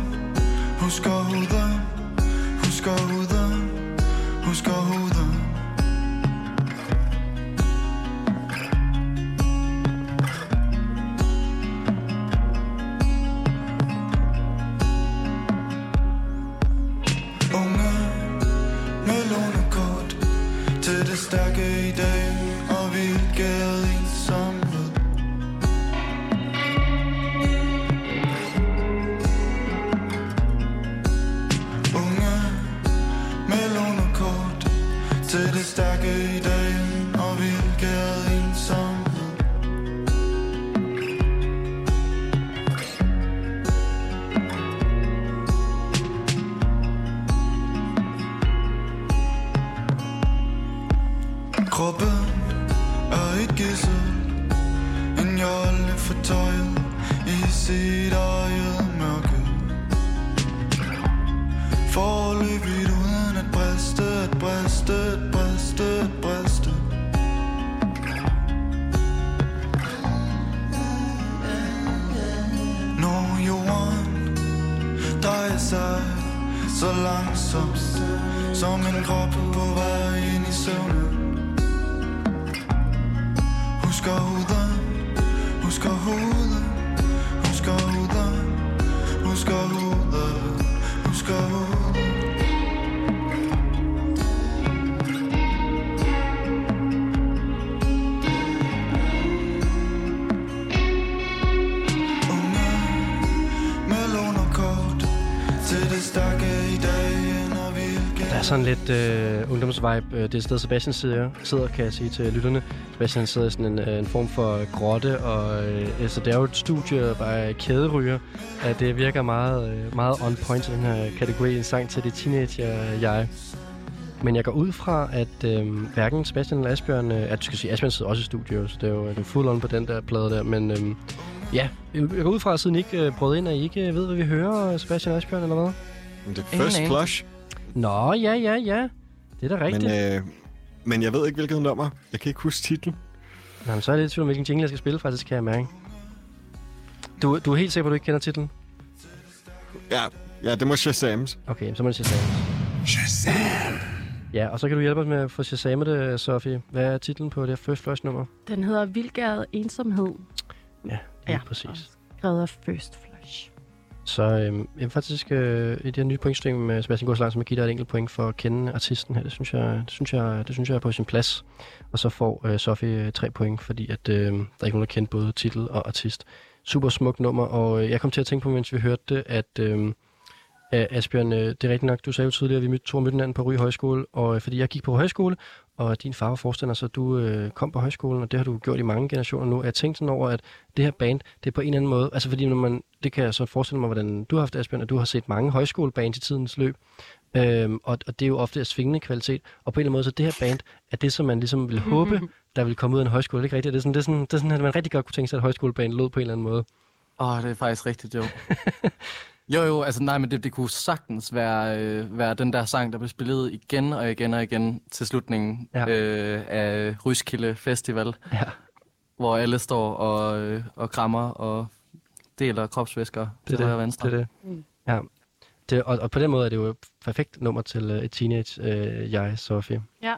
Unge med lånekort til det stærke i dag, og hvilket ensomhed. Unge med lånekort til det stærke i dag, og hvilket ensomhed. Kroppen er et gidsel, en jolle fortøjet i sit eget mørke. Forløbigt uden at briste. sig så langsomt, som en krop på vej ind i søvnen. Husker huden, husker huden, husker huden, husker huden, husker huden. Der er sådan lidt ungdomsvibe. Det er et sted, Sebastian sidder, kan jeg sige til lytterne. Sebastian sidder i sådan en form for grotte, og så det er jo et studie bare kæderyger. Det virker meget, meget on point til den her kategori, en sang til det teenager-jeg. Men jeg går ud fra, at hverken Sebastian eller Asbjørn... du skal sige, Asbjørn sidder også i studio, så det er jo full on på den der plade der. Men ja, jeg går ud fra, at siden I ikke prøvede ind, at I ikke ved, hvad vi hører, Sebastian og Asbjørn, eller hvad? Det er First Flush. Nå, ja. Det er da rigtigt. Men jeg ved ikke, hvilket nummer. Jeg kan ikke huske titlen. Nå, men så er jeg lidt i tvivl om, hvilken jingle jeg skal spille, faktisk, kan jeg mærke. Du er helt sikker på, at du ikke kender titlen? Ja, det må Shazams. Okay, så må det Shazam. Ja, og så kan du hjælpe os med at få Shazamet det, Sofie. Hvad er titlen på det First Flush-nummer? Den hedder Vildgæret Ensomhed. Ja, præcis. Skrevet af First Flush. Så faktisk i det her nye pointsystem med Sebastian Gårdslang, som har givet dig et enkelt point for at kende artisten her, det synes jeg er på sin plads. Og så får Sofie 3 point, fordi at, der er ikke nogen, der kender både titel og artist. Super smukt nummer, og jeg kom til at tænke på, mens vi hørte det, at Asbjørn, det er rigtigt nok, du sagde jo tidligere, at vi mødte hinanden på Ry Højskole, og fordi jeg gik på højskole, og din far var forstander, så du kom på højskolen, og det har du gjort i mange generationer nu. Jeg tænkte sådan over, at det her band, det er på en eller anden måde, altså fordi når det kan jeg så forestille mig, hvordan du har haft, Asbjørn, at du har set mange højskolebands i tidens løb, og det er jo ofte af svingende kvalitet, og på en eller anden måde, så det her band er det, som man ligesom vil håbe, der vil komme ud af en højskole. Det er ikke rigtigt, det er sådan, at man rigtig godt kunne tænke sig, at højskoleband lød på en eller anden måde. Det er faktisk rigtigt, jo. Jo, altså nej, men det kunne sagtens være den der sang, der blev spillet igen og igen og igen til slutningen af Ryskilde Festival, hvor alle står og krammer og deler kropsvæsker til højre og venstre. Det er det. Ja. Og på den måde er det jo et perfekt nummer til et teenage-jeg, Sofie. Ja.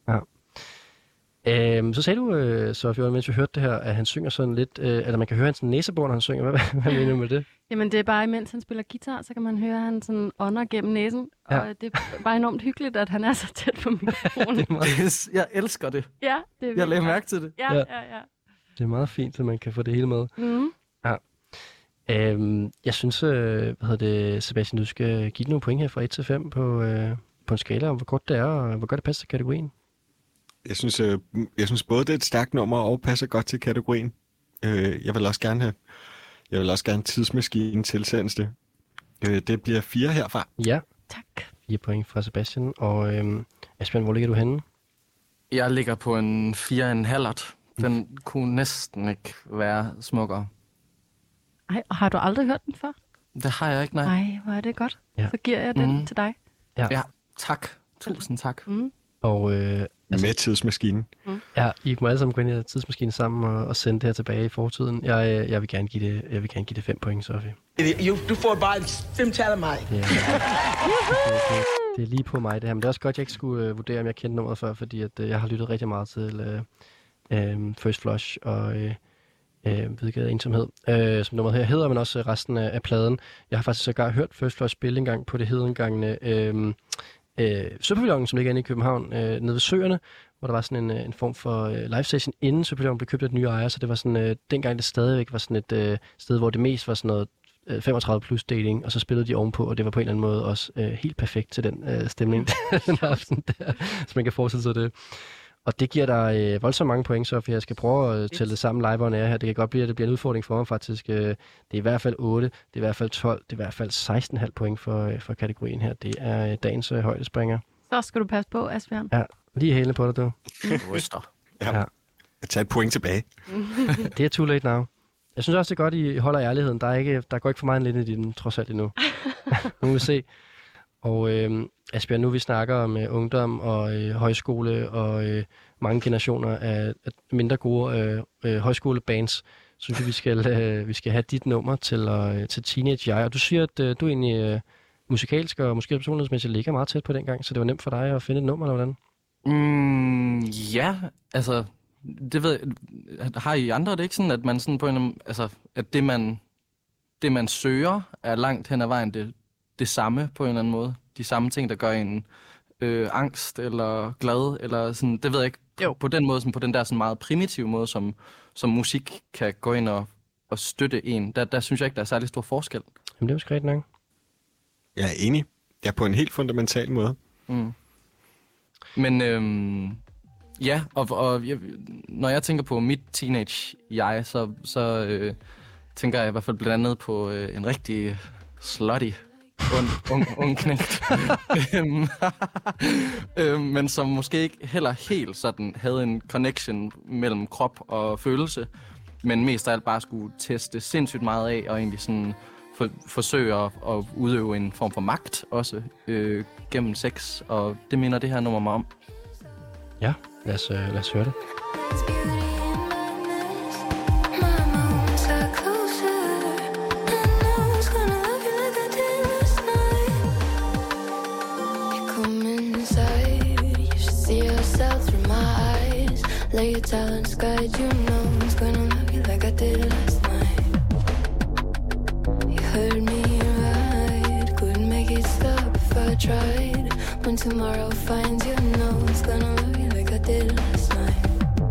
Så sagde du, Sofie, mens vi hørte det her, at han synger sådan lidt, eller man kan høre hans næsebor, når han synger. Hvad mener du med det? Jamen, det er bare, imens han spiller guitar, så kan man høre, han sådan ånder gennem næsen. Ja. Og det er bare enormt hyggeligt, at han er så tæt på mikrofonen. Jeg elsker det. Ja, det er jeg lagde mærke til det. Ja. Det er meget fint, at man kan få det hele med. Mm. Ja. Jeg synes, Sebastian, du skal give nogle point her fra 1 til 5 på en skala om, hvor godt det er, og hvor godt det passer til kategorien. Jeg synes både det er et stærkt nummer og passer godt til kategorien. Jeg vil også gerne tidsmaskinen tilsendes det. Det bliver 4 herfra. Ja. Tak. 4 point fra Sebastian. Og Asbjørn, hvor ligger du henne? Jeg ligger på en 4,5. Den kunne næsten ikke være smukkere. Ej, og har du aldrig hørt den før? Det har jeg ikke, nej. Nej, hvor er det godt. Ja. Så giver jeg den til dig. Ja, tak. Tusind tak. Og med tidsmaskinen. Ja, I må alle sammen gå ind i tidsmaskinen sammen og sende det her tilbage i fortiden. Jeg vil gerne give det 5 point, Sofie. Du får bare 5 tal af mig. Ja. Det er lige på mig, det her. Men det er også godt, at jeg ikke skulle vurdere, om jeg kendte nummeret før, fordi at, jeg har lyttet rigtig meget til First Flush og Hvidgæret Ensomhed, som nummeret her hedder, men også resten af pladen. Jeg har faktisk sågar hørt First Flush spille engang på det hedengangne Søpavillonen, som ligger inde i København, nede ved Søerne, hvor der var sådan en form for live station, inden Søpavillonen blev købt af et nye ejer, så det var sådan, dengang det stadigvæk var sådan et sted, hvor det mest var sådan noget 35 plus dating, og så spillede de ovenpå, og det var på en eller anden måde også helt perfekt til den stemning den aften der, så man kan forestille sig det. Og det giver dig voldsomt mange point, så jeg skal prøve at tælle det sammen live on air her. Det kan godt blive, at det bliver en udfordring for mig faktisk. Det er i hvert fald 8, det er i hvert fald 12, det er i hvert fald 16,5 point for kategorien her. Det er dagens højdespringer. Så skal du passe på, Asbjørn. Ja, lige hælene på dig, du. Ryster. Ja. Jeg tager et point tilbage. Det er too late now. Jeg synes også, det er godt, I holder ærligheden. Der går ikke for meget lidt i den, trods alt endnu. Nu vil vi se. Og Asbjørn, nu vi snakker om ungdom og højskole og mange generationer af mindre gode højskolebands, så synes jeg, vi skal have dit nummer til Teenage Jeg. Og du siger, at du egentlig musikalsk og måske personlighedsmæssigt ligger meget tæt på dengang, så det var nemt for dig at finde et nummer, eller hvordan? Ja, altså, det ved jeg, har I andre det ikke sådan, at man sådan på en, altså, at det man søger er langt hen ad vejen det samme på en eller anden måde? De samme ting, der gør en angst eller glad, eller sådan, det ved jeg ikke. Jo. På den måde, sådan, på den der sådan meget primitive måde, som musik kan gå ind og støtte en, der synes jeg ikke, der er særlig stor forskel. Jamen, det er jo skræt nok. Jeg er enig. Ja, på en helt fundamental måde. Mm. Men ja, og når jeg tænker på mit teenage-jeg, så tænker jeg i hvert fald blandt andet på en rigtig slutty ung knægt. Men som måske ikke heller helt sådan havde en connection mellem krop og følelse, men mest af alt bare skulle teste sindssygt meget af, og egentlig sådan forsøge at udøve en form for magt også gennem sex, og det minder det her nummer mig om. Ja, lad os høre det. Lay your talents guide, you know it's gonna love you like I did last night. You heard me right, couldn't make it stop if I tried. When tomorrow finds you, know it's gonna love you like I did last night.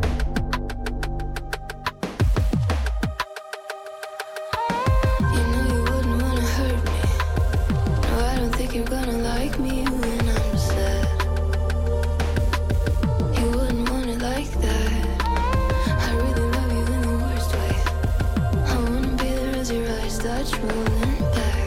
You know you wouldn't wanna hurt me. No, I don't think you're gonna like me when I'm sad. You wouldn't want it like that. I really love you in the worst way. I wanna be there as your eyes start rolling back.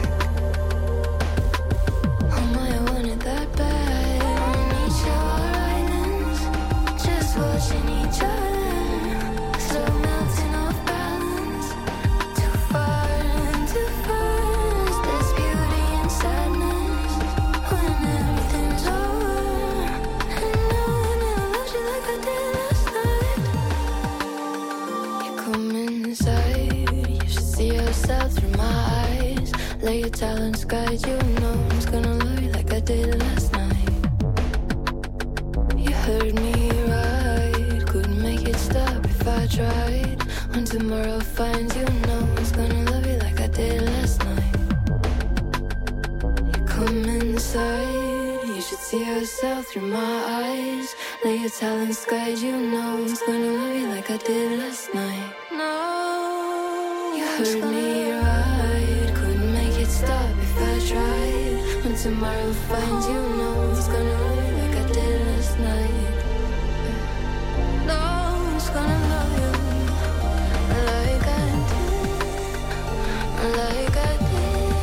Oh my, I want it that bad. On each of our islands, just watching each other, slow melting off balance. Too far and too fast. There's beauty in sadness when everything's over. And no one ever loves you like I did last night. You come inside, you should see yourself through my eyes. Lay your talents guide, you know I'm gonna love you like I did last night. You heard me right, couldn't make it stop if I tried. When tomorrow finds you, know I'm gonna love you like I did last night. You come inside, you should see yourself through my eyes. Lay your talents guide, you know I'm gonna love you like I did last night. No, you heard me right, couldn't make it stop if I tried. When tomorrow finds you, know it's gonna love you like I did last night. No, it's gonna love you like I did, like I did.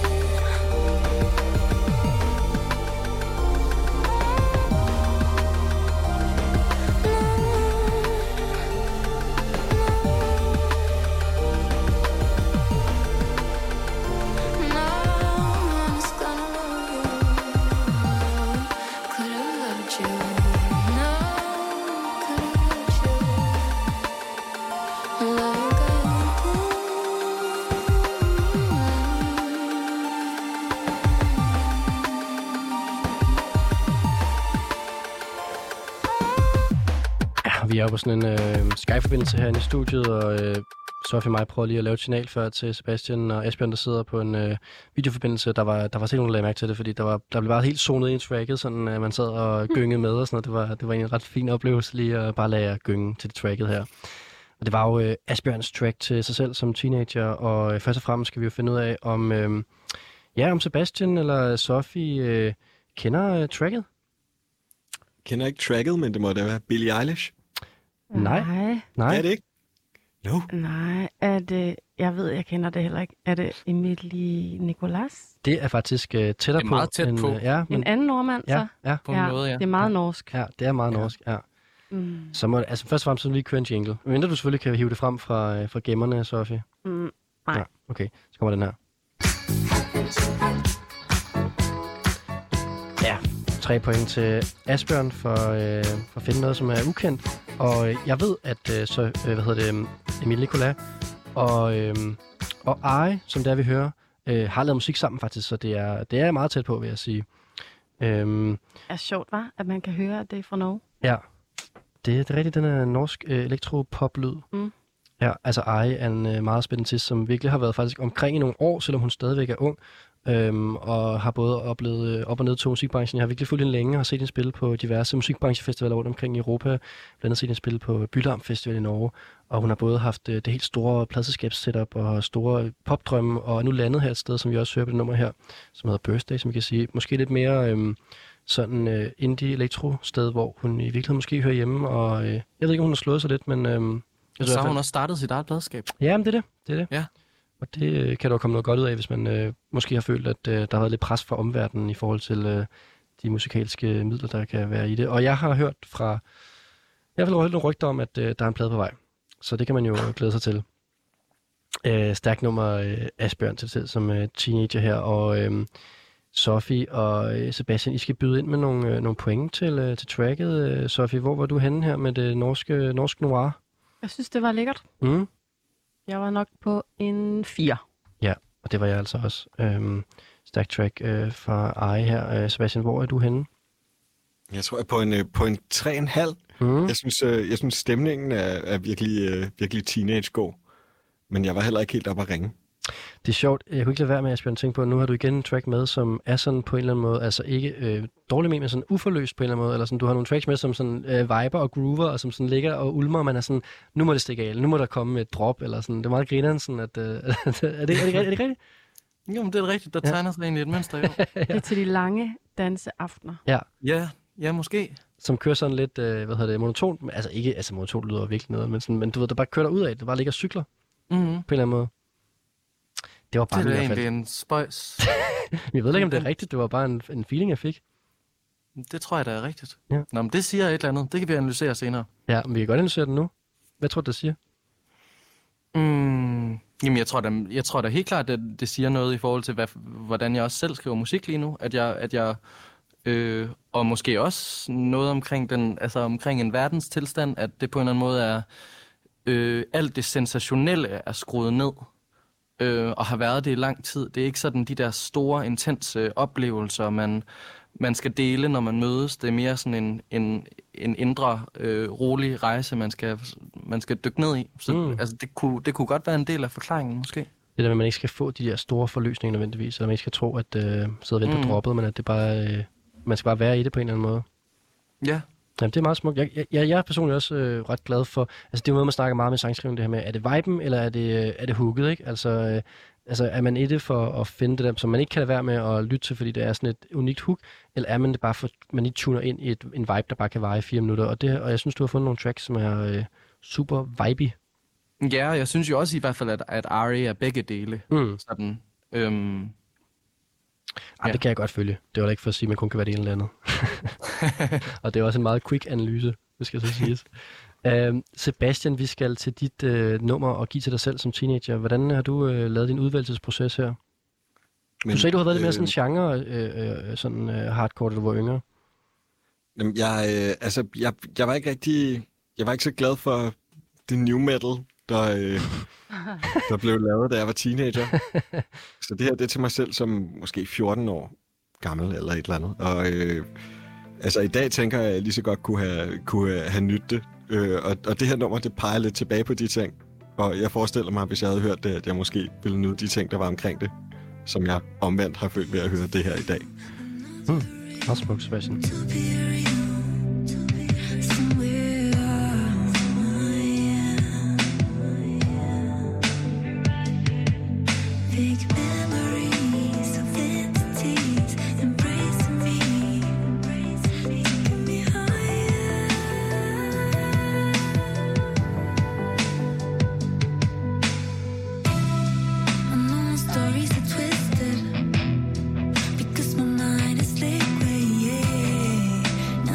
Vi er på sådan en Skype-forbindelse herinde i studiet, og Sofie og mig prøver lige at lave et signal før til Sebastian og Asbjørn, der sidder på en videoforbindelse. Der var sikkert nogen, der lagde mærke til det, fordi der blev bare helt zonet ind i tracket, sådan at man sad og gyngede med og sådan noget. Det var en ret fin oplevelse lige at bare lade jer gynge til det tracket her. Og det var jo Asbjørns track til sig selv som teenager, og først og fremmest skal vi jo finde ud af, om Sebastian eller Sofie kender tracket? Kender ikke tracket, men det må da være Billie Eilish. Nej. Er det ikke? No. Nej, er det... Jeg kender det heller ikke. Er det Emilie Nicolas? Det er faktisk tættere på. Det er meget tæt på. En anden nordmand, så? Ja, på en måde, ja. Det er meget norsk. Ja, det er meget norsk, ja. Så må først og fremmest lige køre en jingle. Men du selvfølgelig kan hive det frem fra gemmerne, Sofie. Nej. Ja, okay, så kommer den her. Ja, 3 point til Asbjørn for at finde noget, som er ukendt. Og jeg ved, at Emilie Nicolas og Ari, som der vi hører, har lavet musik sammen faktisk, så det er meget tæt på, vil jeg sige. Det er sjovt, hva'? At man kan høre, at det er fra Norge. Ja, det er rigtigt, den er norsk elektropop-lyd. Ja, altså Ari er en meget spændende artist, som virkelig har været faktisk omkring i nogle år, selvom hun stadigvæk er ung. Og har både oplevet op- og ned til musikbranchen. Jeg har virkelig fulgt hende længe og har set hende spille på diverse musikbranchefestivaler rundt omkring i Europa. Blandt andet set hende spille på Bylarm Festival i Norge. Og hun har både haft det helt store pladselskabssetup og store popdrømme, og er nu landet her et sted, som vi også hører på det nummer her, som hedder Birthday, som vi kan sige. Måske lidt mere sådan indie-elektro-sted, hvor hun i virkeligheden måske hører hjemme. Og jeg ved ikke, om hun har slået sig lidt, men... så har hun også startet sit eget pladskab. Ja, men det er det. Ja. Og det kan der komme noget godt ud af, hvis man måske har følt, at der har været lidt pres fra omverdenen i forhold til de musikalske midler, der kan være i det. Og jeg har hørt fra... Jeg har hørt nogle rygter om, at der er en plade på vej. Så det kan man jo glæde sig til. Stærkt nummer Asbjørn til som teenager her. Og Sofie og Sebastian, I skal byde ind med nogle point til tracket. Sofie, hvor var du henne her med det norsk noir? Jeg synes, det var lækkert. Jeg var nok på en 4. Ja, og det var jeg altså også. Stærk track fra Ari her. Sebastian, hvor er du henne? Jeg tror, jeg er på en 3,5. Jeg synes stemningen er virkelig teenage-god. Men jeg var heller ikke helt oppe at ringe. Det er sjovt. Jeg kunne ikke lade være med, at jeg tænke på, at nu har du igen en track med, som er sådan på en eller anden måde, altså ikke dårlig med, men sådan uforløst på en eller anden måde, eller sådan, du har nogle tracks med, som sådan viber og groover, og som sådan ligger og ulmer, og man er sådan, nu må det stikke af, nu må der komme et drop, eller sådan. Det er meget grineren, sådan at, er det rigtigt? Jo, men det er rigtigt. Der tegner sig egentlig et mønster, jo. Det er til de lange danseaftener. Ja, måske. Som kører sådan lidt, monotont, altså ikke, altså monotont lyder virkelig noget, men du ved, der bare kører ud af, det bare ligger cykler, på en eller anden måde. Det var bare det er egentlig en spøjs. Jeg ved ikke, om det er rigtigt. Det var bare en feeling, jeg fik. Det tror jeg, der er rigtigt. Ja. Nå, men det siger et eller andet. Det kan vi analysere senere. Ja, men vi kan godt analysere det nu. Hvad tror du, det siger? Jamen, jeg tror da helt klart, at det siger noget i forhold til, hvordan jeg også selv skriver musik lige nu. At jeg og måske også noget omkring en verdenstilstand, at det på en eller anden måde er alt det sensationelle er skruet ned. Og har været det i lang tid. Det er ikke sådan de der store, intense oplevelser, man skal dele, når man mødes. Det er mere sådan en indre, rolig rejse, man skal dykke ned i. Så altså, det kunne godt være en del af forklaringen, måske. Det der med, at man ikke skal få de der store forløsninger nødvendigvis, eller man ikke skal tro, at sidde og vente på droppet, men at det bare, man skal bare være i det på en eller anden måde. Ja. Jamen, det er meget smukt. Jeg er personligt også ret glad for... Altså, det er jo noget, man snakker meget med sangskrivning, det her med, er det viben, eller er det hooket, ikke? Altså, er man i det for at finde det der, som man ikke kan lade være med at lytte til, fordi det er sådan et unikt hook, eller er man det bare for, man ikke tuner ind i en vibe, der bare kan vare i 4 minutter? Og jeg synes, du har fundet nogle tracks, som er super vibey. Ja, jeg synes jo også i hvert fald, at Ari er begge dele. Sådan, Det kan jeg godt følge. Det var da ikke for at sige, at man kun kan være det ene eller andet. Og det er også en meget quick analyse, det skal så siges. Sebastian, vi skal til dit nummer og give til dig selv som teenager. Hvordan har du lavet din udvælgelsesproces her? Du sagde, du har været lidt mere sådan genre, sådan hardcore, da du var yngre. Jamen, jeg var ikke så glad for det new metal, der blev lavet, da jeg var teenager. Så det her, det er til mig selv som måske 14 år gammel eller et eller andet. Og i dag tænker jeg, at jeg lige så godt kunne have nydt det. Og det her nummer, det peger lidt tilbage på de ting. Og jeg forestiller mig, hvis jeg havde hørt det, at jeg måske ville nyde de ting, der var omkring det, som jeg omvendt har følt ved at høre det her i dag. Også smukt, Sebastian. Now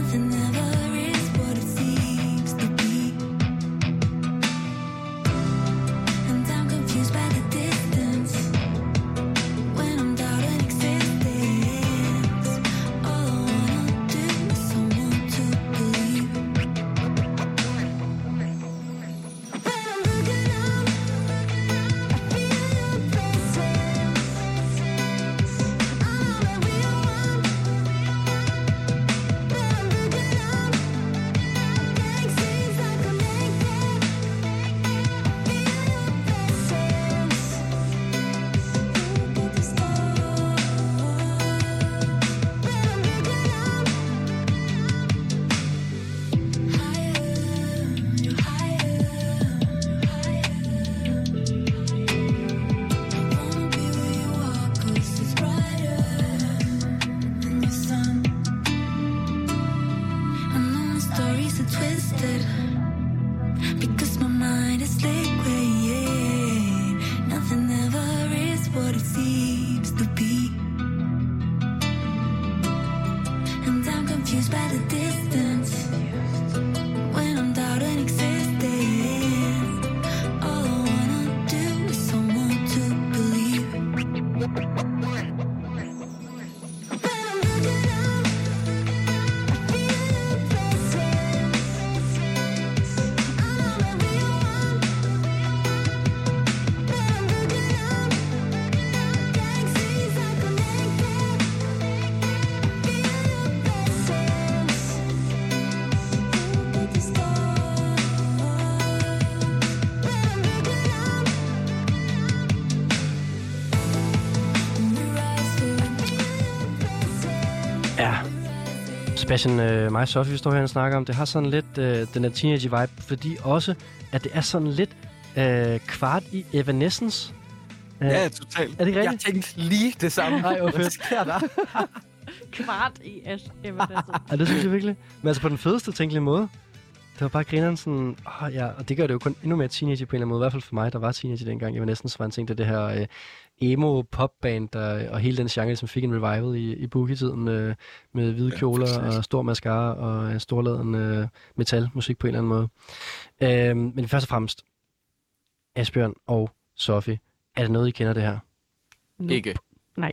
Sebastian, mig og Sofie, vi står her og snakker om, det har sådan lidt den der teenage-vibe, fordi også, at det er sådan lidt kvart i Evanescence. Ja, totalt. Er det ikke rigtigt? Jeg tænkte lige det samme. Nej, hvor fedt. Hvad sker der? Kvart i Evanescence. Ja, det synes jeg virkelig. Men altså på den fedeste tænkelige måde. Det var bare grineren sådan, ja, og det gør det jo kun endnu mere teenager på en eller anden måde. I hvert fald for mig, der var teenager dengang. Evanescence var en ting, det her emo-popband, og hele den genre, som fik en revival i boogie-tiden med hvide kjoler og stor mascara og storladen metalmusik på en eller anden måde. Men først og fremmest, Asbjørn og Sofie, er det noget, I kender det her? Ikke. Nej.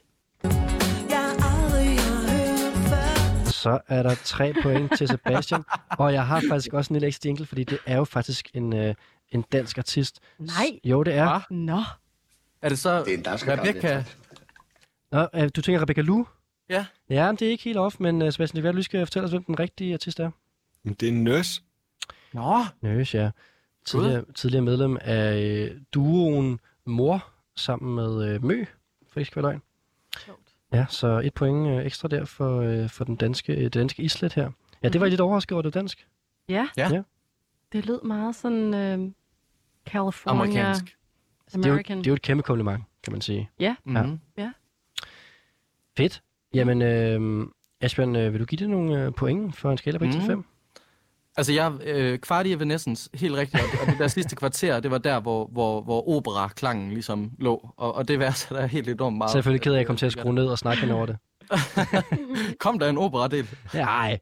Så er der 3 point til Sebastian, og jeg har faktisk også en lille ekstra jingle, fordi det er jo faktisk en dansk artist. Nej. Jo, det er. Nå. Er det så Det er en dansk Rebecca? Nå, du tænker Rebecca Lu? Ja. Ja, det er ikke helt off, men Sebastian, det er du skal fortælle os, hvem den rigtige artist er. Det er Nurse. Nå. Nurse, ja. Tidligere medlem af duoen Mor sammen med Mø, for ikke skal være løgn. Ja, så 1 point ekstra der for det danske islet her. Ja, det var lidt overrasket over, det var dansk. Ja. Ja. Det lød meget sådan California. Amerikansk. American. Det er jo et kæmpe kompliment, kan man sige. Ja. Mm-hmm. Ja. Fedt. Jamen, Asbjørn, vil du give det nogle point for en skala på 1 til 5? Altså, jeg kvart i Evanescence, helt rigtigt, og det der sidste kvarter, det var der, hvor opera-klangen ligesom lå, og det værste, der er helt enormt meget. Selvfølgelig ked af, at jeg kom til at skrue ned og snakke hen over det. Kom der en opera-del? Nej.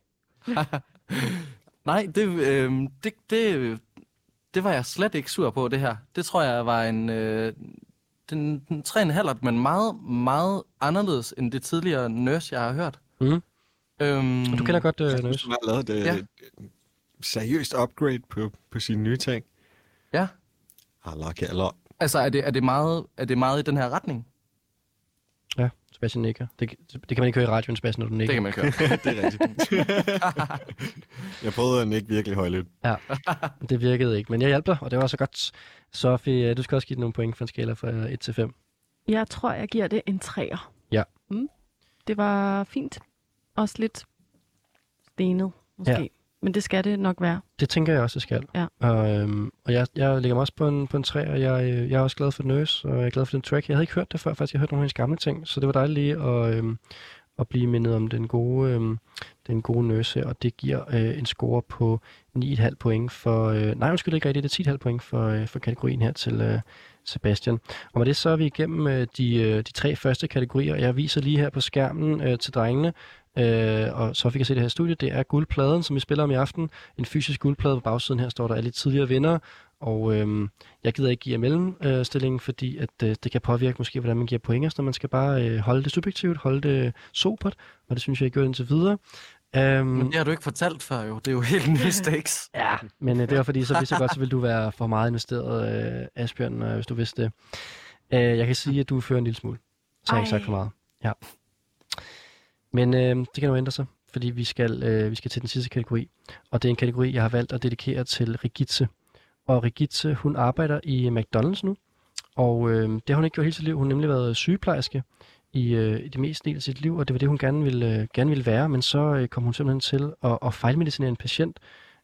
Nej, det var jeg slet ikke sur på, det her. Det tror jeg var den 3,5, men meget, meget anderledes end det tidligere Nurse, jeg har hørt. Mm. Du kender godt Nurse. Du har lavet et seriøst upgrade på sine nye ting. Ja. Altså, er det meget i den her retning? Ja, Sebastian nikker. Det kan man ikke høre i radioen, Sebastian, når du nikker. Det kan man ikke høre. Det er rigtigt. Jeg prøvede at nikke virkelig højlydt. Ja, det virkede ikke, men jeg hjalp dig, og det var så godt. Sofie, du skal også give nogle point for en skala fra 1 til 5. Jeg tror, jeg giver det en 3'er. Ja. Det var fint. Også lidt stenet, måske. Ja. Men det skal det nok være. Det tænker jeg også, det skal. Ja. Og jeg lægger mig også på en 3, og jeg er også glad for Nurse, og jeg er glad for den track. Jeg havde ikke hørt det før, faktisk. Jeg hørte nogle af hendes gamle ting, så det var dejligt lige at blive mindet om den gode Nurse her, og det giver en score på 9,5 point for... nej, undskyld, ikke rigtigt. Det er 10,5 point for kategorien her til Sebastian. Og med det så er vi igennem de 3 første kategorier. Jeg viser lige her på skærmen til drengene, og så vi kan se det her studie, det er guldpladen, som vi spiller om i aften. En fysisk guldplade. På bagsiden her står der alle tidligere vindere, og jeg gider ikke give mellemstillingen, fordi at det kan påvirke måske, hvordan man giver point, så man skal bare holde det subjektivt, holde det sobert, og det synes jeg, jeg gør indtil videre. Men det har du ikke fortalt før jo, det er jo helt nye stakes. Ja, men det var fordi, så vidste jeg godt, så ville du være for meget investeret, Asbjørn, hvis du vidste det. Jeg kan sige, at du fører en lille smule, så har jeg ikke sagt for meget. Ja. Men det kan jo ændre sig, fordi vi skal til den sidste kategori. Og det er en kategori, jeg har valgt at dedikere til Regitze. Og Regitze, hun arbejder i McDonald's nu. Og det har hun ikke gjort hele sit liv. Hun har nemlig været sygeplejerske i det meste del af sit liv, og det var det, hun gerne ville være. Men så kom hun simpelthen til at fejlmedicinere en patient.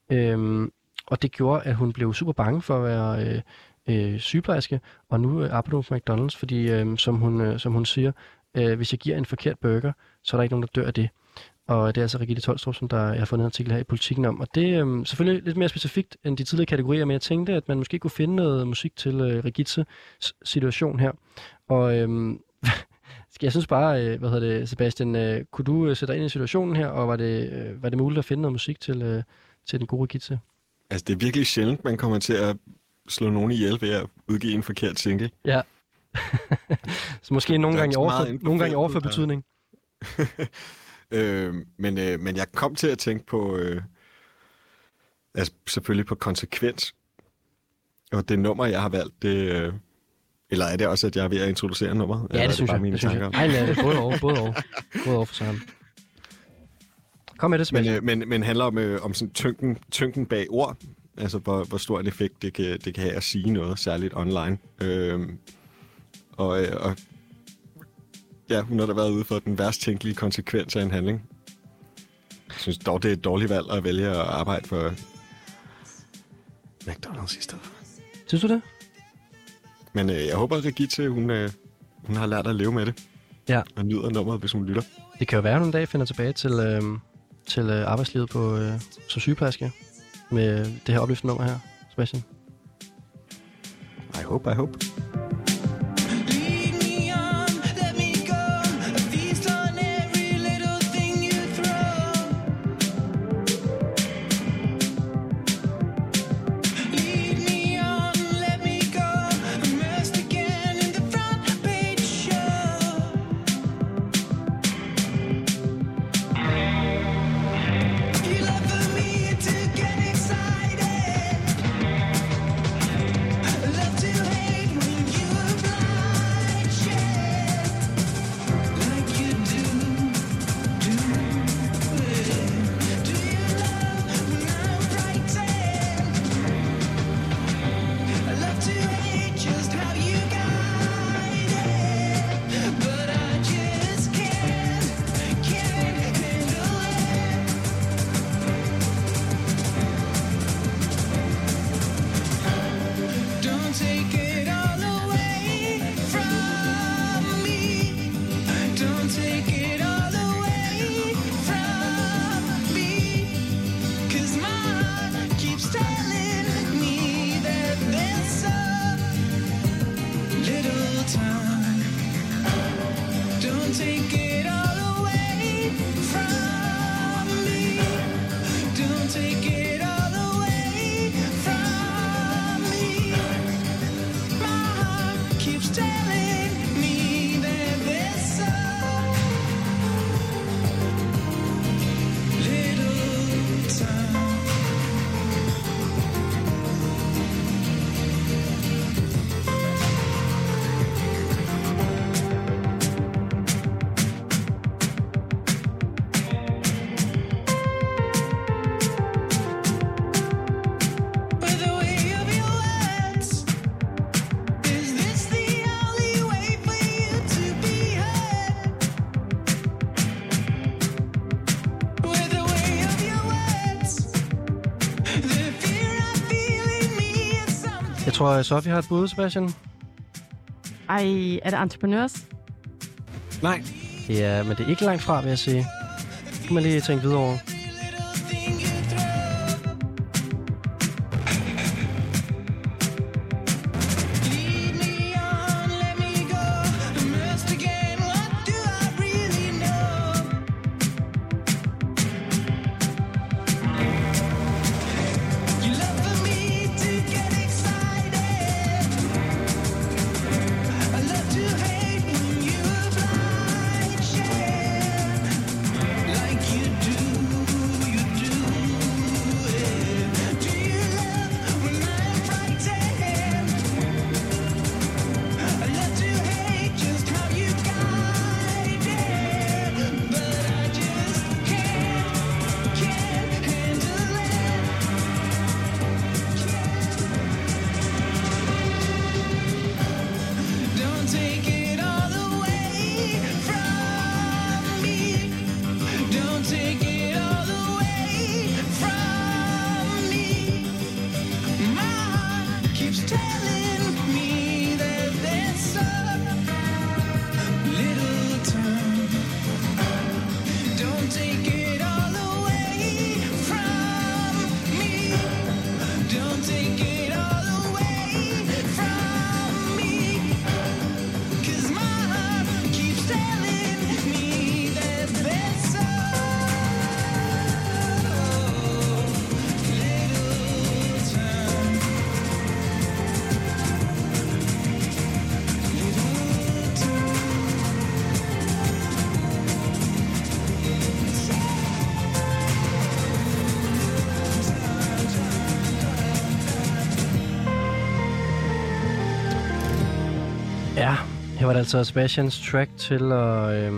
Og det gjorde, at hun blev super bange for at være sygeplejerske. Og nu arbejder hun på McDonald's, fordi som hun siger, hvis jeg giver en forkert burger, så er der ikke nogen, der dør af det. Og det er altså Regitze Tolstrup, som jeg har fundet en artikel her i Politikken om. Og det er selvfølgelig lidt mere specifikt end de tidligere kategorier, men jeg tænkte, at man måske kunne finde noget musik til Regitzes situation her. Og jeg synes bare, Sebastian, kunne du sætte dig ind i situationen her, og var det muligt at finde noget musik til den gode Regitze? Altså, det er virkelig sjældent, man kommer til at slå nogen ihjel ved at udgive en forkert single. Ja. Så måske nogle gange i overført betydning. Men jeg kom til at tænke på selvfølgelig på konsekvens. Og det nummer, jeg har valgt, det... eller er det også, at jeg er ved at introducere nummer? Ja, det synes jeg. Nej, det er både over for sammen. Kom med det, Sebastian. Men handler om sådan tyngden bag ord. Altså, hvor stor en effekt det kan have at sige noget, særligt online. Og ja, hun har da været ude for den værst tænkelige konsekvens af en handling. synes dog, det er et dårligt valg at vælge at arbejde for McDonald's i stedet. Synes du det? Men jeg håber, at Regitze, hun har lært at leve med det. Ja. Og nyder nummeret, hvis hun lytter. Det kan jo være, at hun en dag finder tilbage til arbejdslivet som sygeplejerske med det her opløftende nummer her, Sebastian. I hope. Jeg tror, Sofie har et bud, Sebastian. Ej, er det Entrepreneurs? Nej. Ja, men det er ikke langt fra, vil jeg sige. Det kan man lige tænke videre over. Ja, her var det altså Sebastians track til at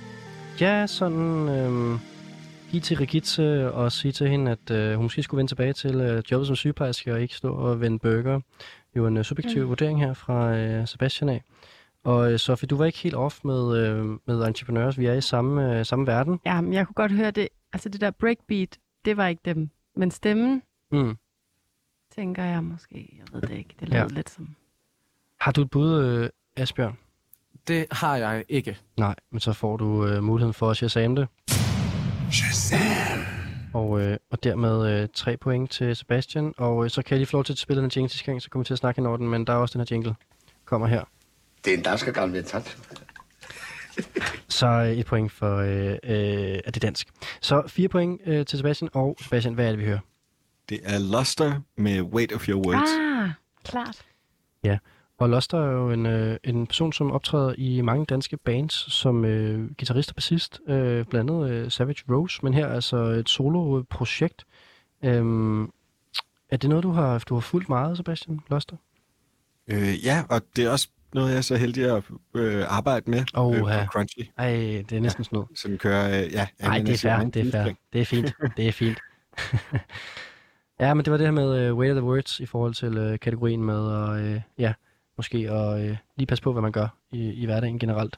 give til Regitze og sige til hende, at hun måske skulle vende tilbage til jobbet som sygeplejerske og ikke stå og vende burger. Det var en subjektiv vurdering her fra Sebastian af. Og Sofie, du var ikke helt off med Entrepreneurs. Vi er i samme verden. Ja, men jeg kunne godt høre det. Altså det der breakbeat, det var ikke dem. Men stemmen, tænker jeg måske, jeg ved det ikke, det lød lidt som... Har du et bud, Asbjørn? Det har jeg ikke. Nej, men så får du muligheden for at shazam det. Shazam! Og dermed 3 point til Sebastian. Og så kan jeg lige få lov til at spille den jingle sidste gang, så kommer vi til at snakke ind over den, men der er også den her jingle. Kommer her. Det er en dansk gammel ventat. Så 1 point for det dansk. Så 4 point til Sebastian. Og Sebastian, hvad er det, vi hører? Det er Luster med Weight of Your Words. Klart. Ja, og Luster er jo en person, som optræder i mange danske bands som guitarist og bassist, blandt andet Savage Rose, men her er altså et solo-projekt. Er det noget, du har fulgt meget, Sebastian, Luster? Ja, og det er også noget, jeg er så heldig at arbejde med på Crunchy. Ej, det er næsten sådan noget. Så den kører, Nej, det er fair, det er fair. Det er fint, det er fint. Ja, men det var det her med Weight of the Words i forhold til kategorien med, og måske at lige passe på, hvad man gør i hverdagen generelt.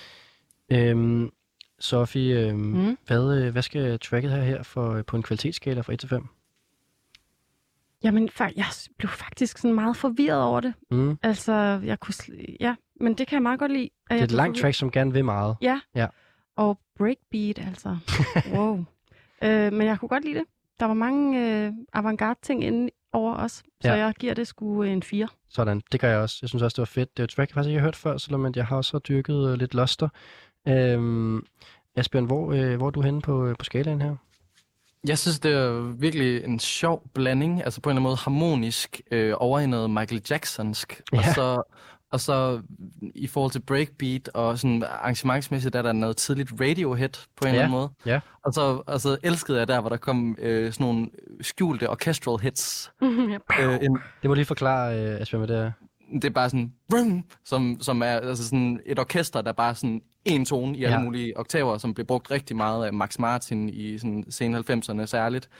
Sofie, hvad skal tracket her på en kvalitetsskala fra 1 til 5? Jamen, jeg blev faktisk sådan meget forvirret over det. Altså, jeg kunne... men det kan jeg meget godt lide. Det er et langt track, som gerne vil meget. Ja. Og breakbeat, altså. Wow. Men jeg kunne godt lide det. Der var mange avantgarde ting inde over os, så jeg giver det sgu en 4. Sådan, det gør jeg også. Jeg synes også, det var fedt. Det er et track, jeg faktisk ikke har hørt før, selvom jeg har også dyrket lidt Luster. Asbjørn, hvor er du henne på skalaen her? Jeg synes, det er virkelig en sjov blanding, altså på en eller anden måde harmonisk over i noget Michael Jacksonsk, og så i forhold til breakbeat og sådan arrangementsmæssigt, der er noget tidligt Radiohead på en eller anden måde. Ja. Og så elskede jeg der, hvor der kom sådan nogle skjulte orchestral hits. Det må du lige forklare, Asbjørn, hvad det er. Det er bare sådan, som er altså sådan et orkester, der bare sådan en tone i alle mulige oktaver, som blev brugt rigtig meget af Max Martin i sådan sene 90'erne særligt.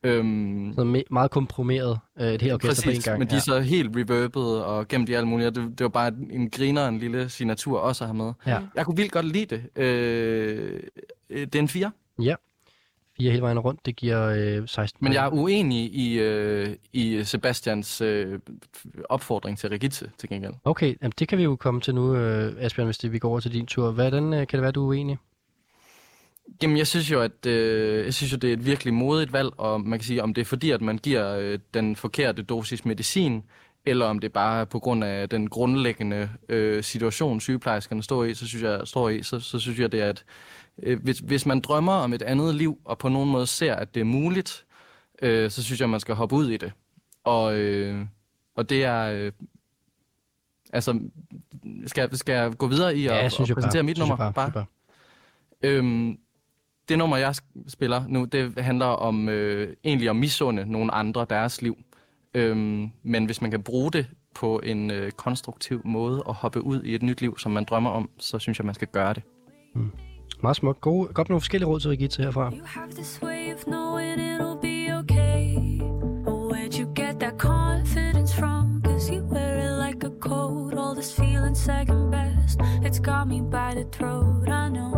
Så meget komprimeret et helt orkester på en gang. Men de er så helt reverbet og gemt i alle mulige. Det var bare en griner, en lille signatur også at have med. Ja. Jeg kunne vildt godt lide det. Det er en 4. Ja. 4 hele vejen rundt, det giver 16. Men jeg er uenig i Sebastians opfordring til Regitze til gengæld. Okay, jamen det kan vi jo komme til nu, Asbjørn, hvis vi går over til din tur. Hvordan kan det være, du er uenig? Jamen, jeg synes jo, det er et virkelig modigt valg, og man kan sige, om det er fordi, at man giver den forkerte dosis medicin, eller om det bare er på grund af den grundlæggende situation, sygeplejerskerne står i, så synes jeg, det er, at hvis man drømmer om et andet liv, og på nogen måde ser, at det er muligt, så synes jeg, man skal hoppe ud i det. Og det er... altså, skal jeg gå videre i at præsentere mit nummer? Bare. Det nummer, jeg spiller nu, det handler om egentlig at misunde nogle andre deres liv. Men hvis man kan bruge det på en konstruktiv måde og hoppe ud i et nyt liv, som man drømmer om, så synes jeg, man skal gøre det. Meget smukt. Godt nogle forskellige råd til Regitze herfra. You have this way of knowing it'll be okay. Where'd you get that confidence from? 'Cause you wear it like a coat. All this feeling second best. It's got me by the throat. I know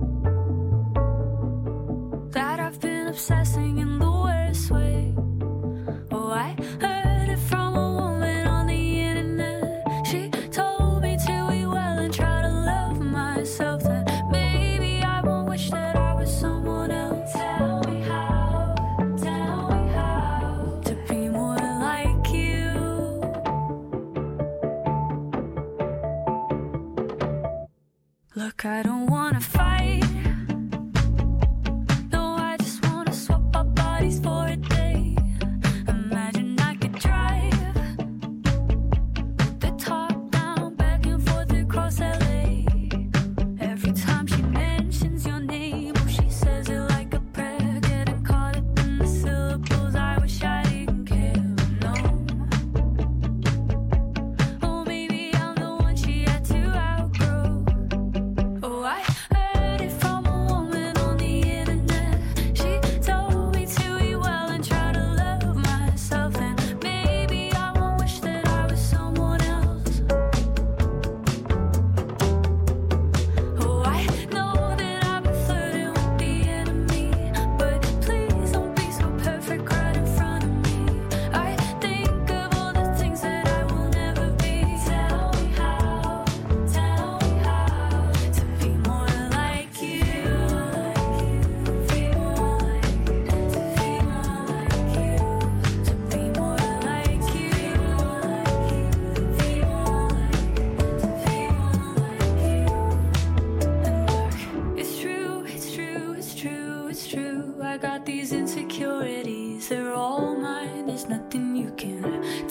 that I've been obsessing in the worst way. Oh, I heard it from a woman on the internet. She told me to be well and try to love myself. That maybe I won't wish that I was someone else. Tell me how to be more like you. Look, I don't wanna fight. For a day, imagine I could drive the top down, back and forth across LA. Every time she mentions your name, oh, she says it like a prayer, getting caught up in the syllables. I wish I didn't care, no. Oh, maybe I'm the one she had to outgrow. Oh, I heard it from a nothing you can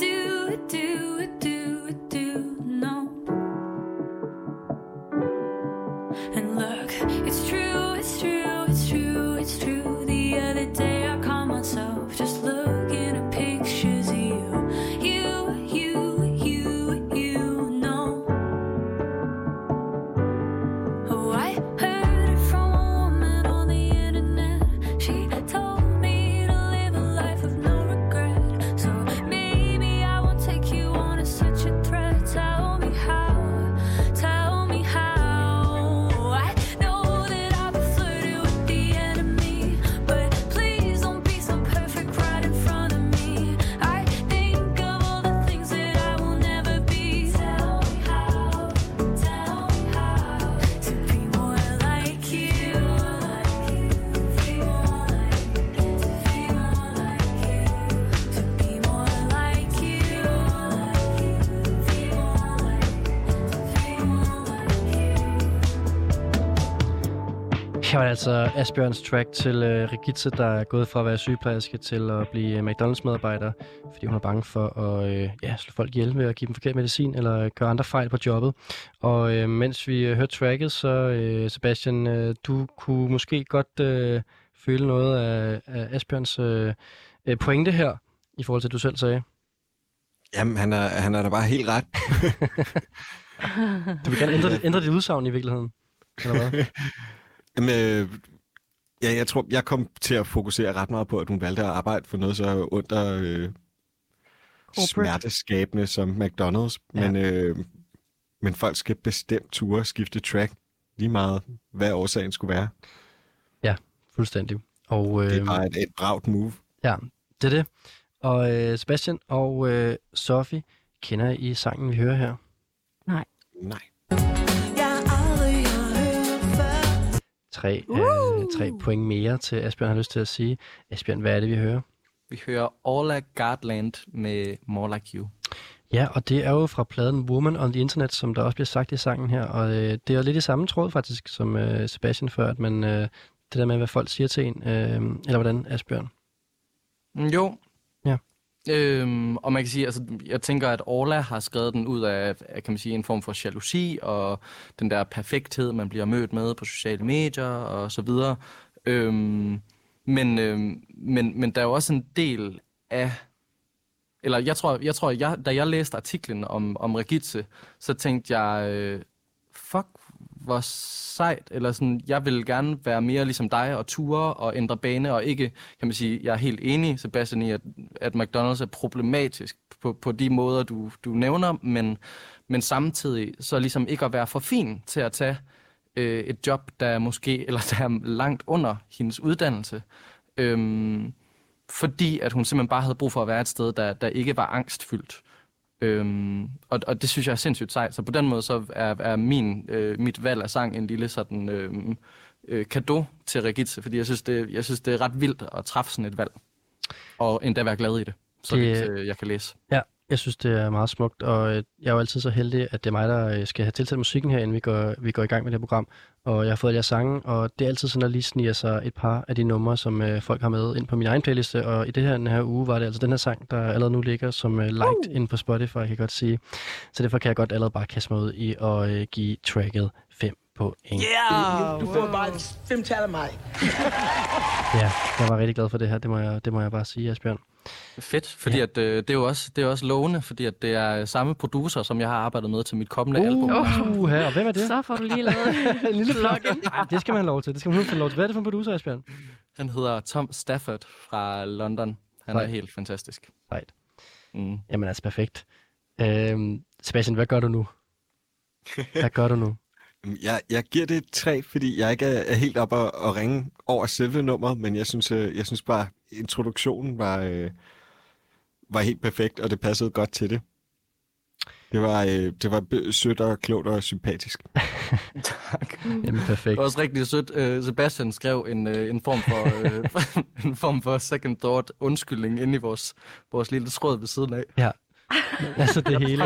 do, no. And look, it's true, it's true, it's true, it's true. The other day I caught myself just looking at pictures of you know. Oh, I heard it from a woman on the internet. She told me to live a life of no regret. So maybe I won't take you on as such a threat. Tell me how. I know that I've been flirting with the enemy, but please don't be so perfect right in front of me. I think of all the things that I will never be. Tell me how to be more like you. Be more like you. To be more like you. Be more Her var altså Asbjørns track til Regitze, der er gået fra at være sygeplejerske til at blive McDonald's-medarbejder, fordi hun er bange for at slå folk ihjel ved at give dem forkert medicin eller gøre andre fejl på jobbet. Og mens vi hørte tracket, så Sebastian, du kunne måske godt føle noget af Asbjørns pointe her, i forhold til, at du selv sagde. Jamen, han er da bare helt ret. Du vil gerne ændre dit udsagn i virkeligheden, eller hvad? Jamen, jeg tror, jeg kom til at fokusere ret meget på, at hun valgte at arbejde for noget så under smerteskabende som McDonald's. Ja. Men folk skal bestemt ture skifte track, lige meget hvad årsagen skulle være. Ja, fuldstændig. Og, det er bare et bragt move. Ja, det er det. Og Sebastian og Sofie, kender I sangen, vi hører her? Nej. Tre point mere til Asbjørn har lyst til at sige. Asbjørn, hvad er det, vi hører? Vi hører Orla Gardland med More Like You. Ja, og det er jo fra pladen Woman on the Internet, som der også bliver sagt i sangen her. Og det er jo lidt i samme tråd faktisk som Sebastian før, at man, det der med, hvad folk siger til en. Eller hvordan, Asbjørn? Jo. Ja. Og man kan sige, altså, jeg tænker, at Orla har skrevet den ud af, kan man sige, en form for jalousi, og den der perfekthed, man bliver mødt med på sociale medier, og så videre. Men der er jo også en del af, eller jeg tror, da jeg læste artiklen om Regitze, så tænkte jeg, fuck, hvor sejt, eller sådan, jeg vil gerne være mere ligesom dig og ture og ændre bane, og ikke, kan man sige, jeg er helt enig, Sebastian, i, at McDonald's er problematisk på de måder, du nævner, men samtidig så ligesom ikke at være for fin til at tage et job, der er måske, eller der er langt under hendes uddannelse, fordi at hun simpelthen bare havde brug for at være et sted, der ikke var angstfyldt. Og det synes jeg er sindssygt sejt. Så på den måde så er mit valg af sang en lille sådan cadeau til Regitze, fordi jeg synes, det er ret vildt at træffe sådan et valg. Og endda være glad i det, så jeg kan læse. Ja, jeg synes, det er meget smukt, og jeg er jo altid så heldig, at det er mig, der skal have tiltalt musikken her, inden vi går i gang med det her program. Og jeg har fået jeres sange, og det er altid sådan, at lige sniger sig et par af de numre, som folk har med ind på min egen playliste. Og i den her uge var det altså den her sang, der allerede nu ligger som liked inde på Spotify, kan jeg godt sige. Så derfor kan jeg godt allerede bare kaste mig ud i at give tracket 5 point. Yeah! Du får bare 5 tal af mig. Ja, jeg var rigtig glad for det her, det må jeg bare sige, Asbjørn. Fedt, fordi at, det er jo også lovende, fordi at det er samme producer, som jeg har arbejdet med til mit kommende album. Her. Og hvem er det? Så får du lige lavet en lille plug-in. Det skal man have lov til. Det skal man have lov til. Hvad er det for en producer, Asbjørn? Han hedder Tom Stafford fra London. Han er helt fantastisk. Right. Jamen altså, perfekt. Sebastian, hvad gør du nu? Jeg giver det 3, fordi jeg ikke er helt oppe at ringe over selve nummeret, men jeg synes bare, introduktionen var helt perfekt, og det passede godt til det. Det var sødt og klogt og sympatisk. Tak. Jamen, perfekt. Det var også rigtig sødt. Sebastian skrev en form for second thought undskyldning inde i vores lille tråd ved siden af. Ja. Altså det hele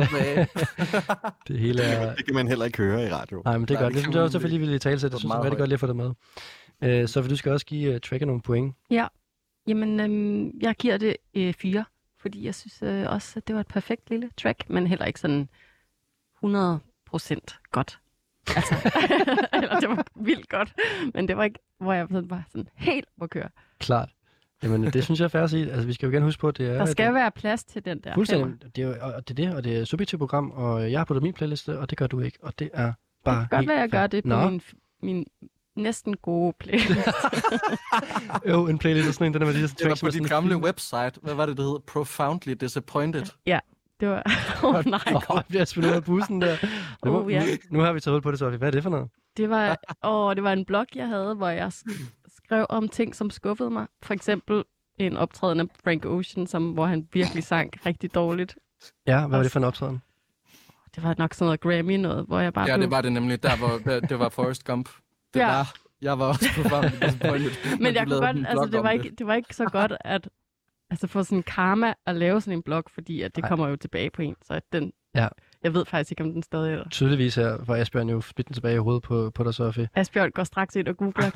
er... Det kan man heller ikke høre i radio. Nej, men det er godt. Det er også selvfølgelig, vi vil i tale til. Det synes jeg er rigtig godt lige at få det med. Så vil du skal også give tracket nogle point. Ja. Jamen, jeg giver det 4, fordi jeg synes også, at det var et perfekt lille track, men heller ikke sådan 100% godt. Altså, eller det var vildt godt, men det var ikke, hvor jeg sådan var sådan helt på køre. Klart. Jamen, det synes jeg er fair at sige. Altså, vi skal jo gerne huske på, at det er... Der skal være plads til den der. Fuldstændig. Det er jo, og det, og det er et subjektivt program, og jeg har puttet min playliste, og det gør du ikke. Og det er bare det kan godt være, jeg gør det på min næsten gode playlist. Jo, en playlist sådan en, den er med de her det var på din gamle website. Hvad var det, hed? Profoundly Disappointed. Ja, det var... nej. Jeg bliver spillet ud af bussen der. Nu har vi taget hul på det, Sofie. Hvad er det for noget? Det var en blog, jeg havde, hvor jeg skrev om ting, som skuffede mig. For eksempel en optræden af Frank Ocean, hvor han virkelig sang rigtig dårligt. Ja, hvad var det for en optræden? Det var nok sådan noget Grammy noget, hvor jeg bare... Ja, det var det nemlig. Det var Forrest Gump. Jeg var også profoundly disappointed. Men jeg kunne godt, altså det var ikke så godt at få sådan karma at lave sådan en blog, fordi at det kommer jo tilbage på en, så den... Ja. Jeg ved faktisk ikke, om den stadig er der. Tydeligvis her, hvor Asbjørn jo spidte den tilbage i hovedet på dig, Sofie. Asbjørn går straks ind og googler.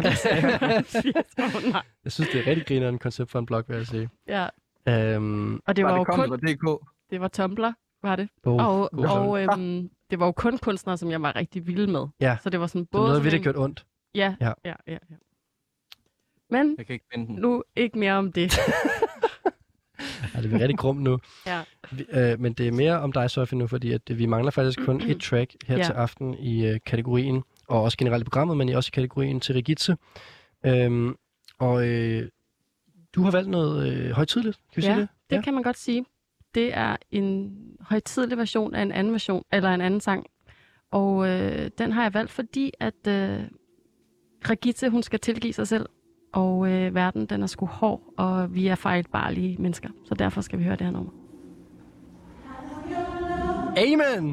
Jeg synes, det er rigtig grinerende koncept for en blog, vil jeg sige. Ja. Og det var jo kun... DK? Det var Tumblr, var det. Og det var jo kun kunstnere, som jeg var rigtig vild med. Ja. Så det var sådan både... Så noget virkelig gjort ondt. Ja. Men jeg kan ikke finde den. Nu ikke mere om det. Ja, det bliver rigtig grumt nu. Ja. Men det er mere om dig, Sofie, nu, fordi at vi mangler faktisk kun et track her til aften i kategorien, og også generelt i programmet, men også i kategorien til Regitze. Du har valgt noget højtideligt, kan vi sige det? Det kan man godt sige. Det er en højtidelig version af en anden version, eller en anden sang. Og den har jeg valgt, fordi at Regitze, hun skal tilgive sig selv. Og verden, den er sgu hård, og vi er fejlbarlige mennesker. Så derfor skal vi høre det her nummer. Amen!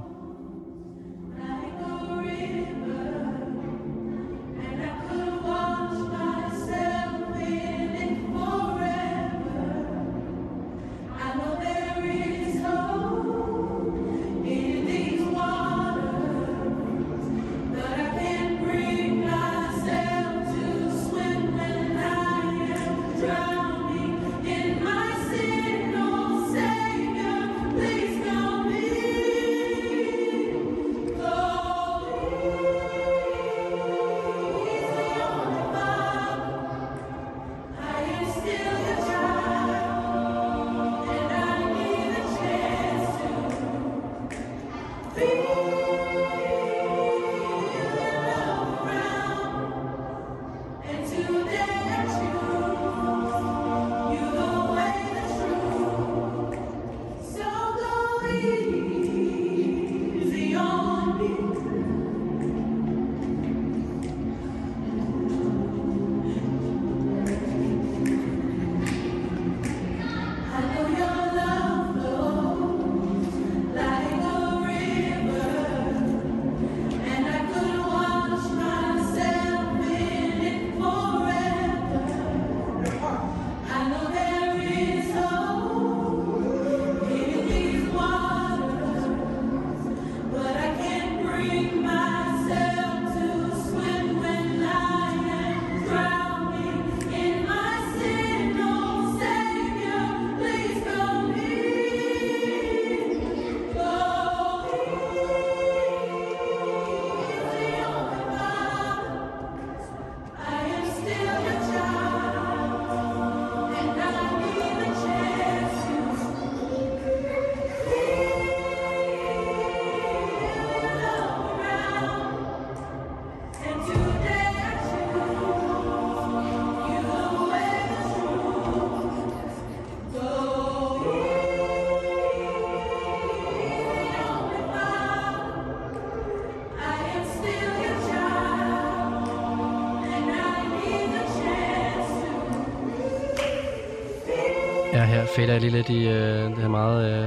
Her fader jeg lige lidt i det her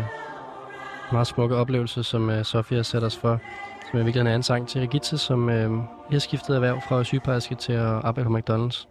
meget smukke oplevelse, som Sofia sætter os for. Som i virkeligheden er en sang til Regitze, som har skiftet erhverv fra sygeplejerske til at arbejde på McDonald's.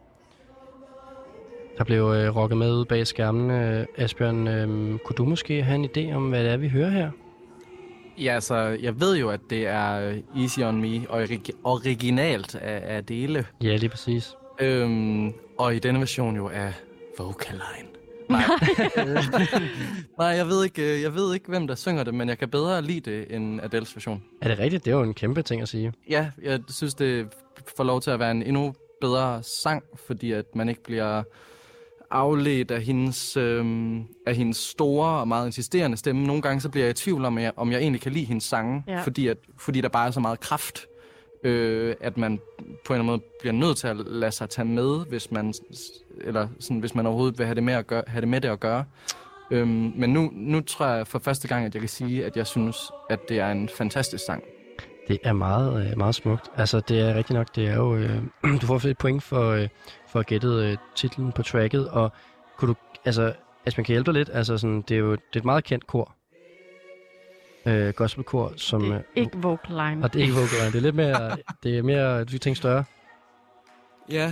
Der blev rocket med ud bag skærmen. Asbjørn, kunne du måske have en idé om, hvad det er, vi hører her? Ja, altså, jeg ved jo, at det er Easy On Me, og originalt af Dele. Ja, lige præcis. Og i denne version jo af Vocaline. Nej. Nej, jeg ved ikke, hvem der synger det, men jeg kan bedre lide det end Adele's version. Er det rigtigt? Det er jo en kæmpe ting at sige. Ja, jeg synes, det får lov til at være en endnu bedre sang, fordi at man ikke bliver afledt af hendes store og meget insisterende stemme. Nogle gange så bliver jeg i tvivl om jeg egentlig kan lide hendes sange, fordi der bare er så meget kraft, at man på en eller anden måde bliver nødt til at lade sig tage med, hvis man overhovedet vil have det med det at gøre. Men nu tror jeg for første gang, at jeg kan sige, at jeg synes, at det er en fantastisk sang. Det er meget, meget smukt. Altså, det er rigtigt nok. Det er jo... du får et point for at gætte titlen på tracket, og kunne du... Altså, man kan hjælpe dig lidt. Altså, sådan, det er et meget kendt kor. Gospelkor, som... Det er ikke Vocaline. Og det er ikke Vocaline. Det er lidt mere... det er mere... Du tænker større. Ja.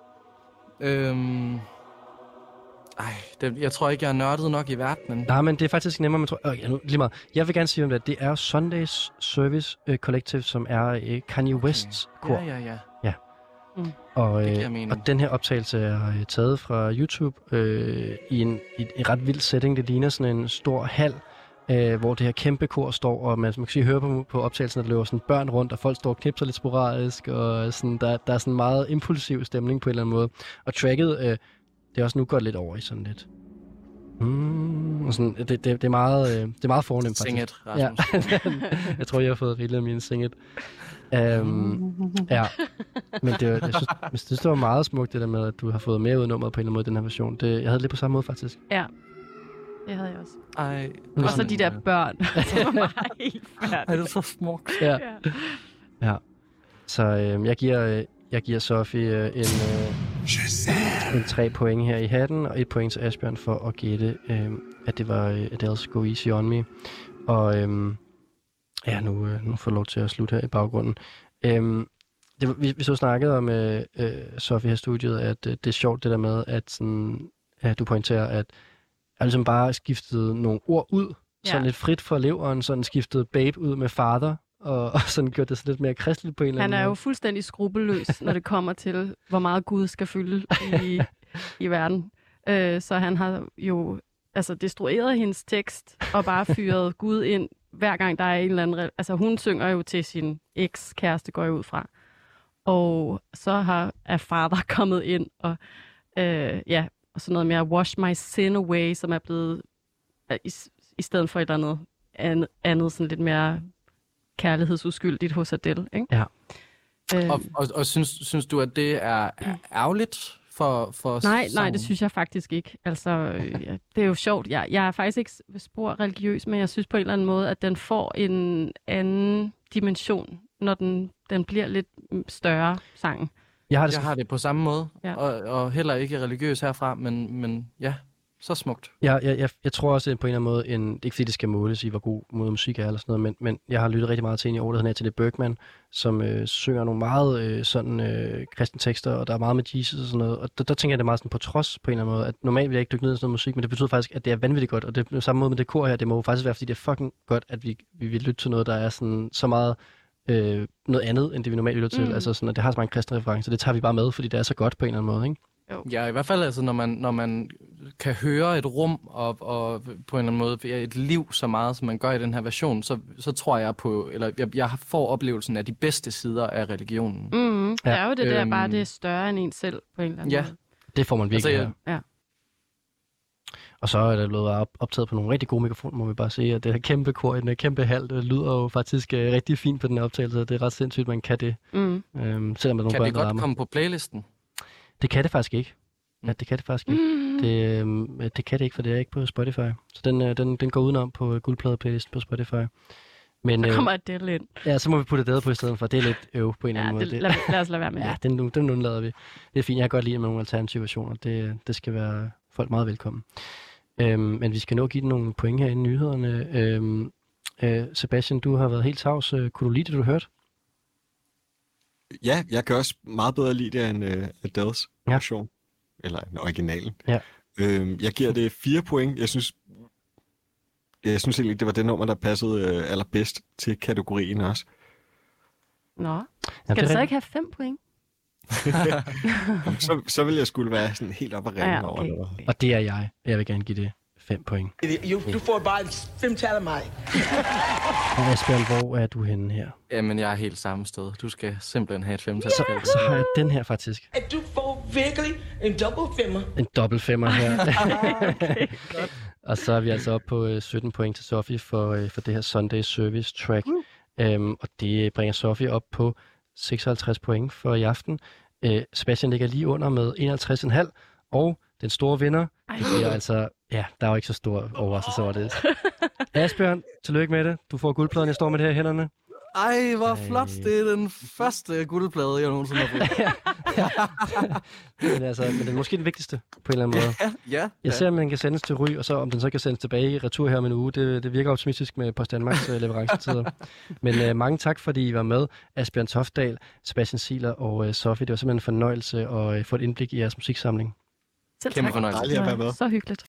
Jeg tror ikke, jeg er nørdet nok i verdenen. Nej, men det er faktisk nemmere, man tror... lige meget. Jeg vil gerne sige om det. Det er Sundays Service Collective, som er Kanye Wests kor. Ja. Og den her optagelse er taget fra YouTube i en ret vild setting. Det ligner sådan en stor hal, hvor det her kæmpe kor står, og man kan sige, høre på optagelsen, at der løber sådan børn rundt, og folk står og knipser lidt sporadisk, og sådan, der er sådan meget impulsiv stemning på en eller anden måde. Og tracket, det er også nu gået lidt over i sådan lidt... og sådan, det er meget fornemt, faktisk. Sing it, Rasmus. Ja. Jeg tror, jeg har fået rigeligt af mine sing it. Ja, men jeg synes, det var meget smukt, det der med, at du har fået mere ud nummeret på en eller anden måde, den her version. Jeg havde lidt på samme måde, faktisk. Ja, det havde jeg også. Ej. Og så de der børn, som var helt færdige. Ej, det er så smukt. Ja. Så jeg giver Sofie en 3 point her i hatten, og 1 point til Asbjørn for at gætte, at det var Adele's Go Easy On Me. Og nu får jeg lov til at slutte her i baggrunden. Vi så snakket om, Sofie her i studiet, at det er sjovt det der med, at du pointerer, at jeg ligesom bare skiftede nogle ord ud, sådan lidt frit for leveren, sådan skiftede babe ud med father, og sådan gjorde det så lidt mere kristeligt på en eller anden måde. Han er jo fuldstændig skrupelløs, når det kommer til, hvor meget Gud skal fylde i verden. Så han har jo destrueret hendes tekst, og bare fyret Gud ind, hver gang der er en eller anden... Altså hun synger jo til sin ekskæreste, går jeg ud fra. Og så er fader kommet ind, og og sådan noget mere wash my sin away, som er blevet i stedet for et eller andet sådan lidt mere kærlighedsuskyldigt hos Adele, ikke? Ja. Og synes du, at det er ærgerligt for Nej, det synes jeg faktisk ikke. Altså, det er jo sjovt. Jeg er faktisk ikke spor religiøs, men jeg synes på en eller anden måde, at den får en anden dimension, når den bliver lidt større, sangen. Jeg har det på samme måde, og heller ikke religiøs herfra, men ja, så smukt. Jeg tror også på en eller anden måde, ikke fordi det skal måles i, hvor god måde musik er eller sådan noget, men jeg har lyttet rigtig meget til en i år, der hedder Natalie Bergman, som synger nogle meget kristne tekster, og der er meget med Jesus og sådan noget, og der tænker jeg det meget sådan på trods på en eller anden måde, at normalt vil jeg ikke dykke ned i sådan noget musik, men det betyder faktisk, at det er vanvittigt godt, og det er på samme måde med det kor her, det må jo faktisk være, fordi det er fucking godt, at vi vil lytte til noget, der er sådan så meget noget andet, end det vi normalt lytter til, altså sådan, at det har så mange kristne referencer, det tager vi bare med, fordi det er så godt på en eller anden måde, ikke? Jo. Ja, i hvert fald altså, når man kan høre et rum og på en eller anden måde et liv så meget, som man gør i den her version, så tror jeg på, eller jeg får oplevelsen af de bedste sider af religionen. Det er jo det der, bare det er større end en selv på en eller anden måde. Det får man virkelig ja. Og så er der blevet optaget på nogle rigtig gode mikrofoner, må vi bare sige, at det her kæmpe kor i den kæmpe hal, det lyder jo faktisk rigtig fint på den her optagelse, det er ret sindssygt, man kan det. Selvom der er nogle kan børn, det godt komme på playlisten? Det kan det faktisk ikke. Ja, det kan det faktisk ikke. Det kan det ikke, for det er ikke på Spotify. Så den går udenom på guldplade-playlisten på Spotify. Men, så kommer Adele ind. Ja, så må vi putte Adele på i stedet for. Det er lidt på en eller anden måde. Lad os lade være med det. Ja, den undlader vi. Det er fint. Jeg kan godt lide med nogle alternative versioner. Det skal være folk meget velkommen. Men vi skal nå at give den nogle point her i nyhederne. Sebastian, du har været helt tavs. Kunne du lide det, du hørte? Ja, jeg kan også meget bedre lide det end Adele's version. Eller en originalen. Ja. Jeg giver det 4 point. Jeg synes egentlig, det var det nummer, der passede allerbedst til kategorien også. Nå. Skal det så ikke have 5 point? så vil jeg skulle være sådan helt op og ringe over det. Og det er jeg. Jeg vil gerne give det 5 point. Du får bare 5 tal af mig. Og Asbjørn, hvor er du henne her? Jamen, jeg er helt samme sted. Du skal simpelthen have et 5-tal. Så har jeg den her faktisk. At du får virkelig en dobbelt 5'er. En dobbelt 5'er her. Okay. Og så er vi altså oppe på 17 point til Sofie for det her Sunday Service track. Og det bringer Sofie op på 56 point for i aften. Sebastian ligger lige under med 51,5. Og den store vinder, det bliver altså... Ja, der er jo ikke så stor overraskelse over det. Asbjørn, tillykke med det. Du får guldpladen, jeg står med det her i hænderne. Ej, hvor flot. Det er den første guldplade, jeg nogensinde har fået. Men det er måske den vigtigste, på en eller anden måde. Ja. Jeg ser, om den kan sendes til Ry, og så om den så kan sendes tilbage i retur her om en uge. Det virker optimistisk med Post Danmarks leverancetider. Men mange tak, fordi I var med. Asbjørn Toftdal, Sebastian Siler og Sofie. Det var simpelthen en fornøjelse at få et indblik i jeres musiksamling. Selv Kæmpe tak. fornøjelse. Dejligt at være med. Så hyggeligt.